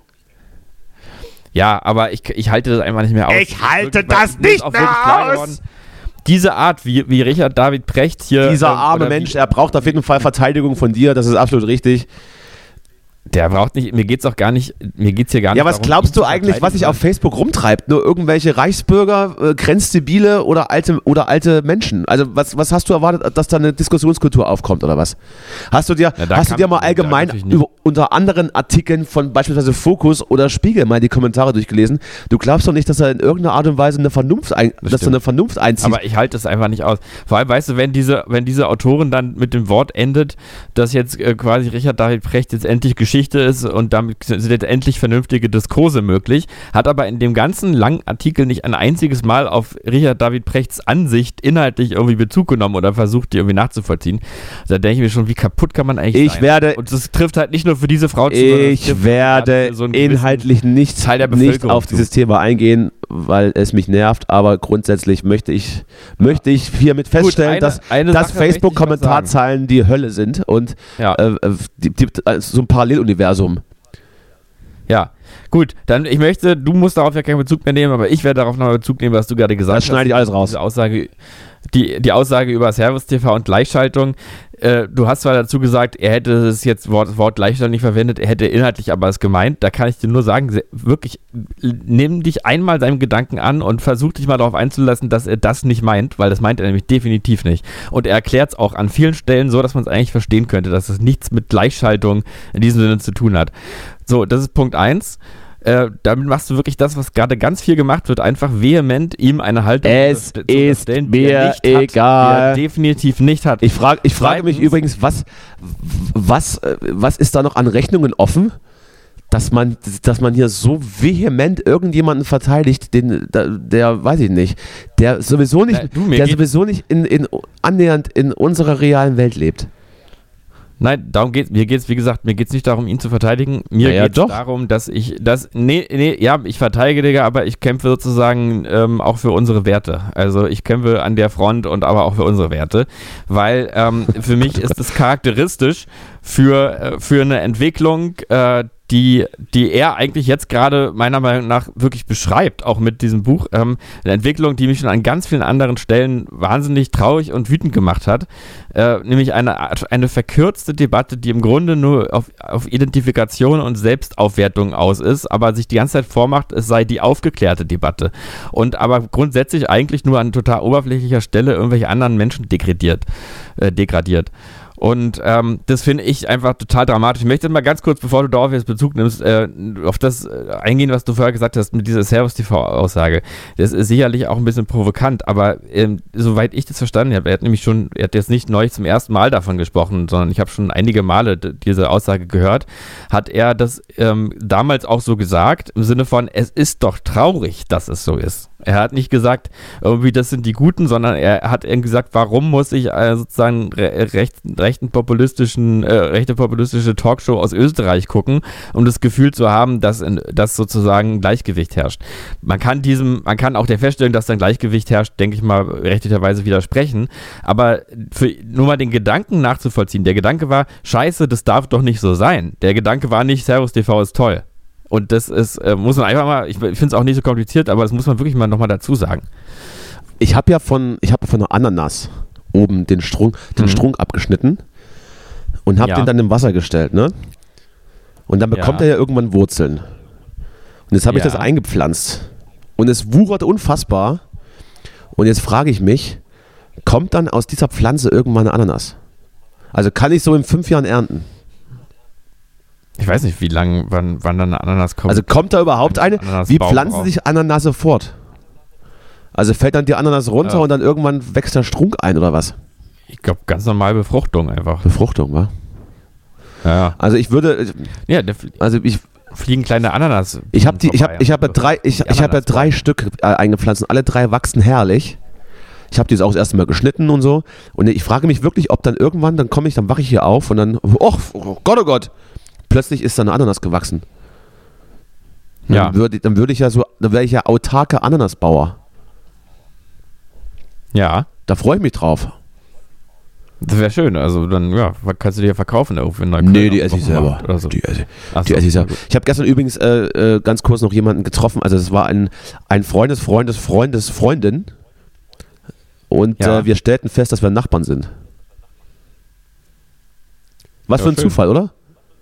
Ja, aber ich, ich halte das einfach nicht mehr aus. Ich halte wirklich, das nicht mehr aus! Diese Art, wie, wie Richard David Precht hier... Dieser ähm, arme Mensch, er braucht auf jeden Fall Verteidigung von dir, das ist absolut richtig. Der braucht nicht, mir geht's auch gar nicht, mir geht's hier gar nicht Ja, was darum, glaubst du eigentlich, was sich auf Facebook rumtreibt? Nur irgendwelche Reichsbürger, äh, Grenzdebile oder alte, oder alte Menschen? Also was, was hast du erwartet, dass da eine Diskussionskultur aufkommt oder was? Hast du dir, ja, hast du dir mal allgemein über, unter anderen Artikeln von beispielsweise Focus oder Spiegel mal die Kommentare durchgelesen? Du glaubst doch nicht, dass er in irgendeiner Art und Weise eine Vernunft, ein, das dass er eine Vernunft einzieht. Aber ich halte das einfach nicht aus. Vor allem, weißt du, wenn diese, wenn diese Autorin dann mit dem Wort endet, dass jetzt äh, quasi Richard David Precht jetzt endlich Geschichte ist und damit sind jetzt endlich vernünftige Diskurse möglich, hat aber in dem ganzen langen Artikel nicht ein einziges Mal auf Richard David Prechts Ansicht inhaltlich irgendwie Bezug genommen oder versucht, die irgendwie nachzuvollziehen. Da denke ich mir schon, wie kaputt kann man eigentlich ich sein? Werde, und das trifft halt nicht nur für diese Frau zu. Ich werde so inhaltlich nicht, Teil der nicht auf zu. dieses Thema eingehen, weil es mich nervt, aber grundsätzlich möchte ich, möchte ich hiermit feststellen, Gut, eine, dass, eine dass Facebook-Kommentarzeilen die Hölle sind und ja. äh, die, die, also so ein Paralleluniversum. Ja, gut, dann ich möchte, du musst darauf ja keinen Bezug mehr nehmen, aber ich werde darauf noch Bezug nehmen, was du gerade gesagt hast. Das schneide ich alles raus. Diese Aussage, die, die Aussage über Servus T V und Gleichschaltung. Äh, du hast zwar dazu gesagt, er hätte das jetzt Wort, Wort Gleichschaltung nicht verwendet, er hätte inhaltlich aber es gemeint. Da kann ich dir nur sagen, wirklich, nimm dich einmal seinem Gedanken an und versuch dich mal darauf einzulassen, dass er das nicht meint, weil das meint er nämlich definitiv nicht. Und er erklärt es auch an vielen Stellen so, dass man es eigentlich verstehen könnte, dass es nichts mit Gleichschaltung in diesem Sinne zu tun hat. So, das ist Punkt eins. Äh, damit machst du wirklich das, was gerade ganz viel gemacht wird, einfach vehement ihm eine Haltung es zu ist stellen, mir die er nicht egal. hat, die er definitiv nicht hat. Ich, frag, ich frage mich übrigens, was, was, was ist da noch an Rechnungen offen, dass man, dass man hier so vehement irgendjemanden verteidigt, den, der, der weiß ich nicht, der sowieso nicht, Na, du, der sowieso nicht in, in, annähernd in unserer realen Welt lebt. Nein, darum geht's. Mir geht's, wie gesagt, mir geht's nicht darum, ihn zu verteidigen. Mir naja, geht's doch. darum, dass ich das. Nee, nee, ja, ich verteidige, aber ich kämpfe sozusagen ähm, auch für unsere Werte. Also ich kämpfe an der Front und aber auch für unsere Werte. Weil ähm, für mich ist es charakteristisch für, äh, für eine Entwicklung, äh, die, die er eigentlich jetzt gerade meiner Meinung nach wirklich beschreibt, auch mit diesem Buch. Ähm, eine Entwicklung, die mich schon an ganz vielen anderen Stellen wahnsinnig traurig und wütend gemacht hat. Äh, nämlich eine, eine verkürzte Debatte, die im Grunde nur auf, auf Identifikation und Selbstaufwertung aus ist, aber sich die ganze Zeit vormacht, es sei die aufgeklärte Debatte. Und aber grundsätzlich eigentlich nur an total oberflächlicher Stelle irgendwelche anderen Menschen degradiert. Äh, degradiert. Und ähm, das finde ich einfach total dramatisch. Ich möchte mal ganz kurz, bevor du darauf jetzt Bezug nimmst, äh, auf das äh, eingehen, was du vorher gesagt hast mit dieser Servus-T V-Aussage. Das ist sicherlich auch ein bisschen provokant, aber ähm, soweit ich das verstanden habe, er hat nämlich schon, er hat jetzt nicht neu zum ersten Mal davon gesprochen, sondern ich habe schon einige Male d- diese Aussage gehört, hat er das ähm, damals auch so gesagt, im Sinne von, es ist doch traurig, dass es so ist. Er hat nicht gesagt, irgendwie das sind die Guten, sondern er hat irgendwie gesagt, warum muss ich äh, sozusagen re- recht, rechten populistischen, äh, rechte populistische Talkshow aus Österreich gucken, um das Gefühl zu haben, dass, in, dass sozusagen Gleichgewicht herrscht. Man kann diesem, man kann auch der Feststellung, dass dann Gleichgewicht herrscht, denke ich mal, rechtlicherweise widersprechen, aber für, nur mal den Gedanken nachzuvollziehen. Der Gedanke war, scheiße, das darf doch nicht so sein. Der Gedanke war nicht, Servus T V ist toll. Und das ist, äh, muss man einfach mal, ich finde es auch nicht so kompliziert, aber das muss man wirklich mal nochmal dazu sagen. Ich habe ja von, ich habe von einer Ananas oben den Strunk, den Mhm. Strunk abgeschnitten und habe Ja. den dann im Wasser gestellt, ne? Und dann bekommt Ja. er ja irgendwann Wurzeln. Und jetzt habe ich Ja. das eingepflanzt. Und es wuchert unfassbar. Und jetzt frage ich mich, kommt dann aus dieser Pflanze irgendwann eine Ananas? Also kann ich so in fünf Jahren ernten? Ich weiß nicht, wie lange, wann, wann dann eine Ananas kommt. Also kommt da überhaupt Ein eine? Ananasbaum Wie pflanzen drauf. sich Ananase fort? Also fällt dann die Ananas runter Ja. und dann irgendwann wächst der Strunk ein oder was? ich glaube, ganz normal Befruchtung einfach. Befruchtung, wa? Ja, Also ich würde, ja da fl- also ich, fliegen kleine Ananas. ich habe die, ich habe, ich habe ja vorbei. drei, ich, Die ich habe ja drei Ananasbäume. Stück äh, eingepflanzt und alle drei wachsen herrlich. Ich habe die jetzt auch das erste Mal geschnitten und so. Und ich frage mich wirklich, ob dann irgendwann, dann komme ich, dann wache ich hier auf und dann, oh, oh Gott, oh Gott, plötzlich ist da eine Ananas gewachsen. Dann Ja. würde, dann würde ich ja so, dann wäre ich ja autarker Ananasbauer. Ja, Da freue ich mich drauf. das wäre schön. Also dann, ja, kannst du dir verkaufen irgendwo in Nee, Neukölln die auf esse ich dem selber. Wochenmarkt Oder so. Die esse, Ach die so, esse ich na selber. gut. Ich habe gestern übrigens äh, äh, ganz kurz noch jemanden getroffen. Also es war ein, ein Freundes, Freundes, Freundes, Freundin. Und Ja. äh, wir stellten fest, dass wir Nachbarn sind. Was Ja, für ein schön. Zufall, oder?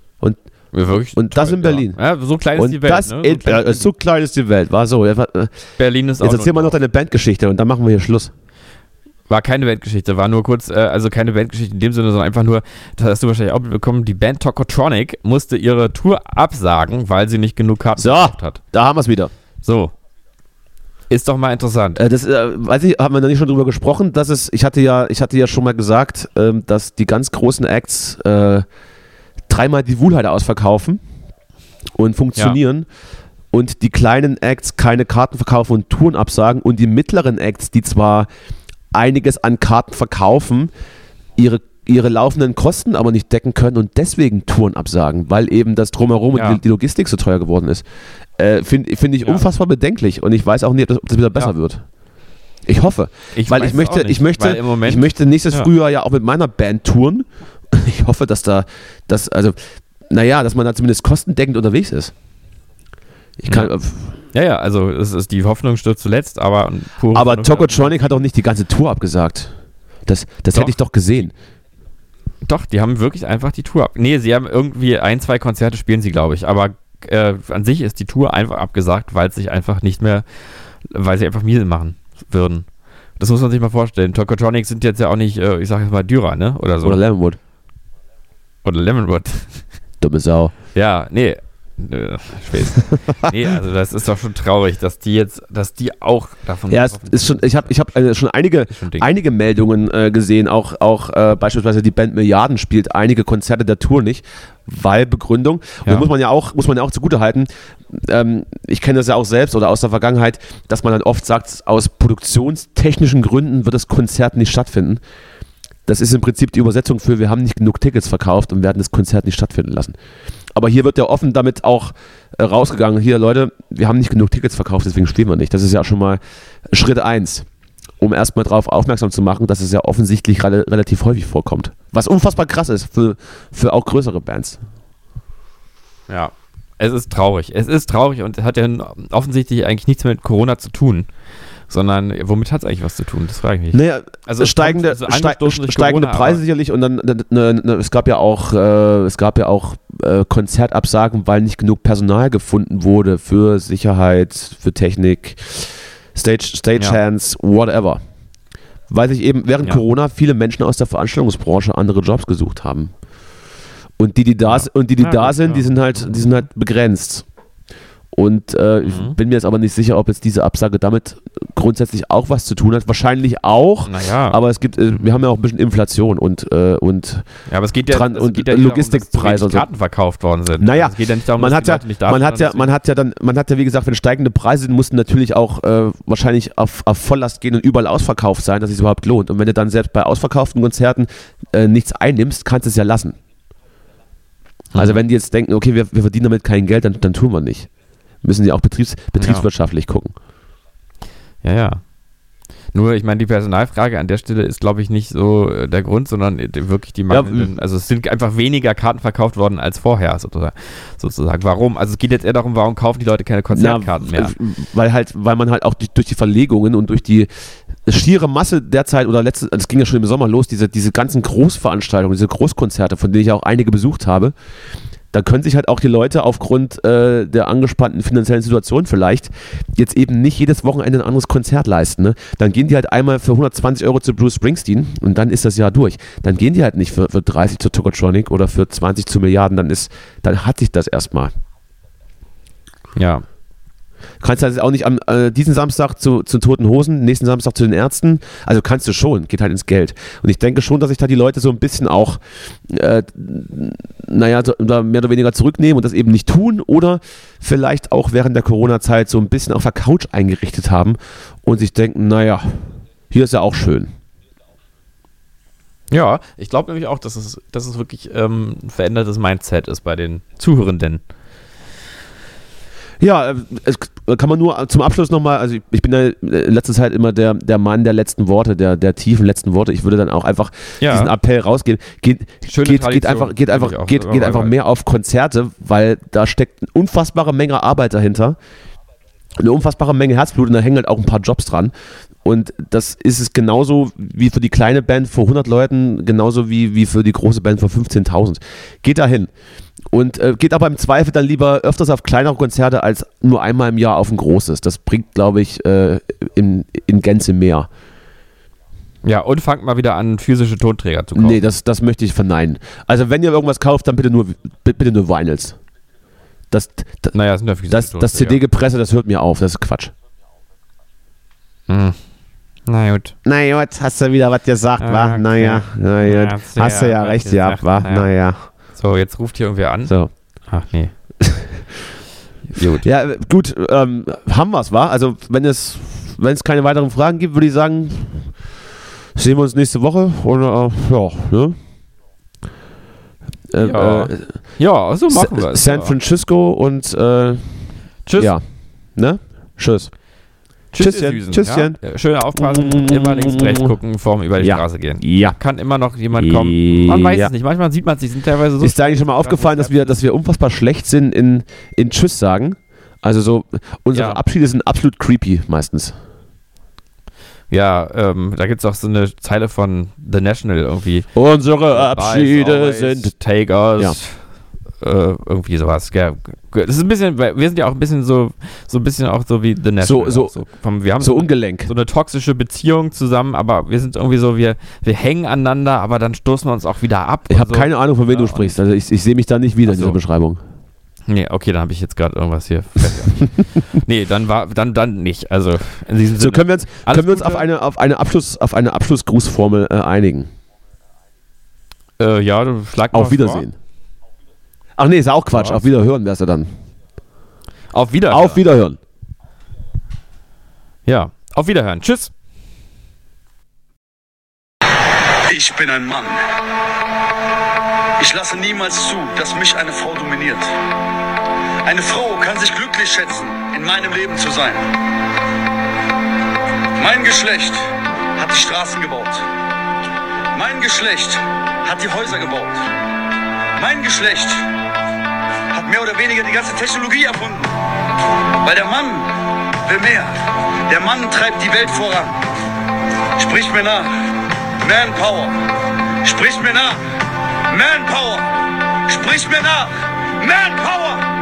Ja, wirklich Und das toll, in Berlin. Ja, ja so klein ist Und die Welt. das, ne? in, so, klein äh, so klein ist die Welt. War so. Jetzt ist- Berlin ist auch erzähl mal noch deine Bandgeschichte und dann machen wir hier Schluss. War keine Bandgeschichte, war nur kurz, äh, also keine Bandgeschichte in dem Sinne, sondern einfach nur, das hast du wahrscheinlich auch mitbekommen, die Band Tokotronic musste ihre Tour absagen, weil sie nicht genug Karten So. verkauft hat. Da haben wir es wieder. So. Ist doch mal interessant. Äh, das, äh, weiß ich, haben wir da nicht schon drüber gesprochen, dass es, ich hatte ja, ich hatte ja schon mal gesagt, ähm, dass die ganz großen Acts äh, dreimal die Wuhlheide ausverkaufen und funktionieren und die kleinen Acts keine Karten verkaufen und Touren absagen und die mittleren Acts, die zwar einiges an Karten verkaufen, ihre ihre laufenden Kosten aber nicht decken können und deswegen Touren absagen, weil eben das Drumherum Ja. und die, die Logistik so teuer geworden ist. Äh, Finde find ich Ja. unfassbar bedenklich und ich weiß auch nicht, ob das wieder besser Ja. wird. Ich hoffe, Ich weil weiß ich es möchte, auch nicht, ich möchte, weil im Moment, ich möchte nächstes Ja. Frühjahr ja auch mit meiner Band touren. Ich hoffe, dass da, dass, also, naja, dass man da zumindest kostendeckend unterwegs ist. Ich kann, Ja. ja, ja, also es ist die Hoffnung stirbt zuletzt, aber pure aber Hoffnung- Tokotronic hat auch nicht die ganze Tour abgesagt. Das, das Doch. hätte ich doch gesehen. Doch, die haben wirklich einfach die Tour ab. Nee, sie haben irgendwie ein, zwei Konzerte spielen sie, glaube ich, aber äh, an sich ist die Tour einfach abgesagt, weil es sich einfach nicht mehr, weil sie einfach miese machen würden. Das muss man sich mal vorstellen. Tokotronic sind jetzt ja auch nicht, äh, ich sage jetzt mal Dürer, ne? Oder so. Oder Lemonwood. Oder Lemonwood. Dumme Sau. Ja, nee. Äh, Späß. Nee, also das ist doch schon traurig, dass die jetzt, dass die auch davon Ja, es ist schon, ich habe ich hab, äh, schon einige, schon ein Ding. einige Meldungen äh, gesehen, auch, auch äh, beispielsweise die Band Milliarden spielt einige Konzerte der Tour nicht, weil Begründung, und Ja. das muss man ja auch, muss man ja auch zugutehalten, ähm, ich kenne das ja auch selbst oder aus der Vergangenheit, dass man dann oft sagt, aus produktionstechnischen Gründen wird das Konzert nicht stattfinden. Das ist im Prinzip die Übersetzung für, wir haben nicht genug Tickets verkauft und werden das Konzert nicht stattfinden lassen. Aber hier wird ja offen damit auch äh, rausgegangen, hier Leute, wir haben nicht genug Tickets verkauft, deswegen spielen wir nicht. Das ist ja schon mal Schritt eins, um erstmal darauf aufmerksam zu machen, dass es ja offensichtlich rel relativ häufig vorkommt. Was unfassbar krass ist für, für auch größere Bands. Ja, es ist traurig. Es ist traurig und hat ja offensichtlich eigentlich nichts mit Corona zu tun, sondern womit hat es eigentlich was zu tun? Das frage ich mich. Naja, Also es steigende, kommt so steig, angestoßen durch steigende Corona, Preise aber- sicherlich und dann ne, ne, ne, es gab ja auch äh, es gab ja auch äh, Konzertabsagen, weil nicht genug Personal gefunden wurde für Sicherheit, für Technik, Stage, Stagehands, whatever. Weil sich eben während Ja. Corona viele Menschen aus der Veranstaltungsbranche andere Jobs gesucht haben. Und die, die da, Ja. und die, die Ja, da gut, sind, ja. die sind halt, die sind halt begrenzt. Und äh, ich Mhm. bin mir jetzt aber nicht sicher, ob jetzt diese Absage damit grundsätzlich auch was zu tun hat. Wahrscheinlich auch, Naja, aber es gibt, äh, wir haben ja auch ein bisschen Inflation und, äh, und ja, aber es geht ja, Tran- es und geht ja nicht Logistikpreise darum, dass zu und wenig so. Karten verkauft worden sind. Naja, Also es geht ja nicht darum, man dass hat die ja, Leute nicht da man sind, hat ja, sondern man hat ja dann, man hat ja wie gesagt, wenn steigende Preise sind, mussten natürlich auch äh, wahrscheinlich auf, auf Volllast gehen und überall ausverkauft sein, dass es überhaupt lohnt. Und wenn du dann selbst bei ausverkauften Konzerten äh, nichts einnimmst, kannst du es ja lassen. Also Mhm. wenn die jetzt denken, okay, wir, wir verdienen damit kein Geld, dann, dann tun wir nicht. Müssen sie auch betriebs, betriebswirtschaftlich gucken. Ja, ja. Nur, ich meine, die Personalfrage an der Stelle ist, glaube ich, nicht so äh, der Grund, sondern äh, wirklich die mangelnden, ja, also es sind einfach weniger Karten verkauft worden als vorher, sozusagen. sozusagen. Warum? Also es geht jetzt eher darum, warum kaufen die Leute keine Konzertkarten Na, mehr? Weil halt, weil man halt auch durch, durch die Verlegungen und durch die schiere Masse derzeit oder letztes, es ging ja schon im Sommer los, diese, diese ganzen Großveranstaltungen, diese Großkonzerte, von denen ich auch einige besucht habe, da können sich halt auch die Leute aufgrund äh, der angespannten finanziellen Situation vielleicht jetzt eben nicht jedes Wochenende ein anderes Konzert leisten. Ne? Dann gehen die halt einmal für hundertzwanzig Euro zu Bruce Springsteen und dann ist das Jahr durch. Dann gehen die halt nicht für, für dreißig zu Tokotronic oder für zwanzig zu Milliarden, dann ist, dann hat sich das erstmal. Ja. Du kannst halt auch nicht am äh, diesen Samstag zu, zu Toten Hosen, nächsten Samstag zu den Ärzten. Also kannst du schon, geht halt ins Geld. Und ich denke schon, dass sich da die Leute so ein bisschen auch, äh, naja, so, da mehr oder weniger zurücknehmen und das eben nicht tun oder vielleicht auch während der Corona-Zeit so ein bisschen auf der Couch eingerichtet haben und sich denken, naja, hier ist ja auch schön. Ja, ich glaube nämlich auch, dass es, dass es wirklich ähm, ein verändertes Mindset ist bei den Zuhörenden. Ja, es kann man nur zum Abschluss nochmal, also ich, ich bin ja in letzter Zeit immer der, der Mann der letzten Worte, der, der tiefen letzten Worte. Ich würde dann auch einfach ja. diesen Appell rausgehen. Geht, geht, geht einfach, geht einfach, auch, geht, geht einfach mehr auf Konzerte, weil da steckt eine unfassbare Menge Arbeit dahinter, eine unfassbare Menge Herzblut und da hängen halt auch ein paar Jobs dran. Und das ist es genauso wie für die kleine Band vor hundert Leuten, genauso wie, wie für die große Band vor fünfzehntausend. Geht dahin. Und äh, geht aber im Zweifel dann lieber öfters auf kleinere Konzerte als nur einmal im Jahr auf ein großes. Das bringt, glaube ich, äh, in, in Gänze mehr. Ja, und fangt mal wieder an, physische Tonträger zu kaufen. Nee, das, das möchte ich verneinen. Also wenn ihr irgendwas kauft, dann bitte nur, bitte nur Vinyls. Das, das, naja, sind ja physische das, das C D-Gepresse, das hört mir auf. Das ist Quatsch. Hm. Na gut. Na gut, hast du wieder was gesagt, ah, wa? Okay. Naja, na gut. Ja, hast du ja recht gehabt, wa? Naja. naja. So, jetzt ruft hier irgendwer an. So. Ach nee. Gut. Ja, gut, ähm, haben wir es, wa? Also, wenn es, wenn es keine weiteren Fragen gibt, würde ich sagen, sehen wir uns nächste Woche. Oder, äh, ja, ne? Äh, ja. Äh, ja, so machen wir es. San Francisco und, äh, tschüss. Ja, ne? Tschüss. Tschüsschen. Tschüsschen. Tschüsschen. Ja? Schön aufpassen, immer links, rechts gucken, vorm über die ja. Straße gehen. Ja. Kann immer noch jemand kommen. Man weiß ja. es nicht. Manchmal sieht man es nicht. Sind teilweise so. Ist da eigentlich schon mal aufgefallen, dass wir, dass wir unfassbar schlecht sind in, in Tschüss sagen? Also so, unsere ja. Abschiede sind absolut creepy meistens. Ja, ähm, da gibt es auch so eine Zeile von The National irgendwie. Unsere Abschiede sind Take Us. Ja. Äh, irgendwie sowas. Ja, das ist ein bisschen, weil wir sind ja auch ein bisschen so, so ein bisschen auch so wie The National. So, so, so vom, wir haben so so ungelenk. So eine toxische Beziehung zusammen, aber wir sind irgendwie so, wir, wir hängen aneinander, aber dann stoßen wir uns auch wieder ab. Ich habe so. keine Ahnung, von wem ja, du sprichst. Also ich, ich sehe mich da nicht wieder so. in dieser Beschreibung. Nee, okay, dann habe ich jetzt gerade irgendwas hier. nee, dann war, dann, dann nicht. Also in diesem so Sinne. können wir uns, können wir uns auf eine, auf eine Abschluss, auf eine Abschlussgrußformel äh, einigen. Äh, ja, du schlag mal Auf Wiedersehen. Vor. Ach nee, ist auch Quatsch. Ja. Auf Wiederhören wär's ja dann. Auf Wiederhören. Auf Wiederhören. Ja, auf Wiederhören. Tschüss. Ich bin ein Mann. Ich lasse niemals zu, dass mich eine Frau dominiert. Eine Frau kann sich glücklich schätzen, in meinem Leben zu sein. Mein Geschlecht hat die Straßen gebaut. Mein Geschlecht hat die Häuser gebaut. Mein Geschlecht hat mehr oder weniger die ganze Technologie erfunden. Weil der Mann will mehr. Der Mann treibt die Welt voran. Sprich mir nach. Manpower. Sprich mir nach. Manpower. Sprich mir nach. Manpower.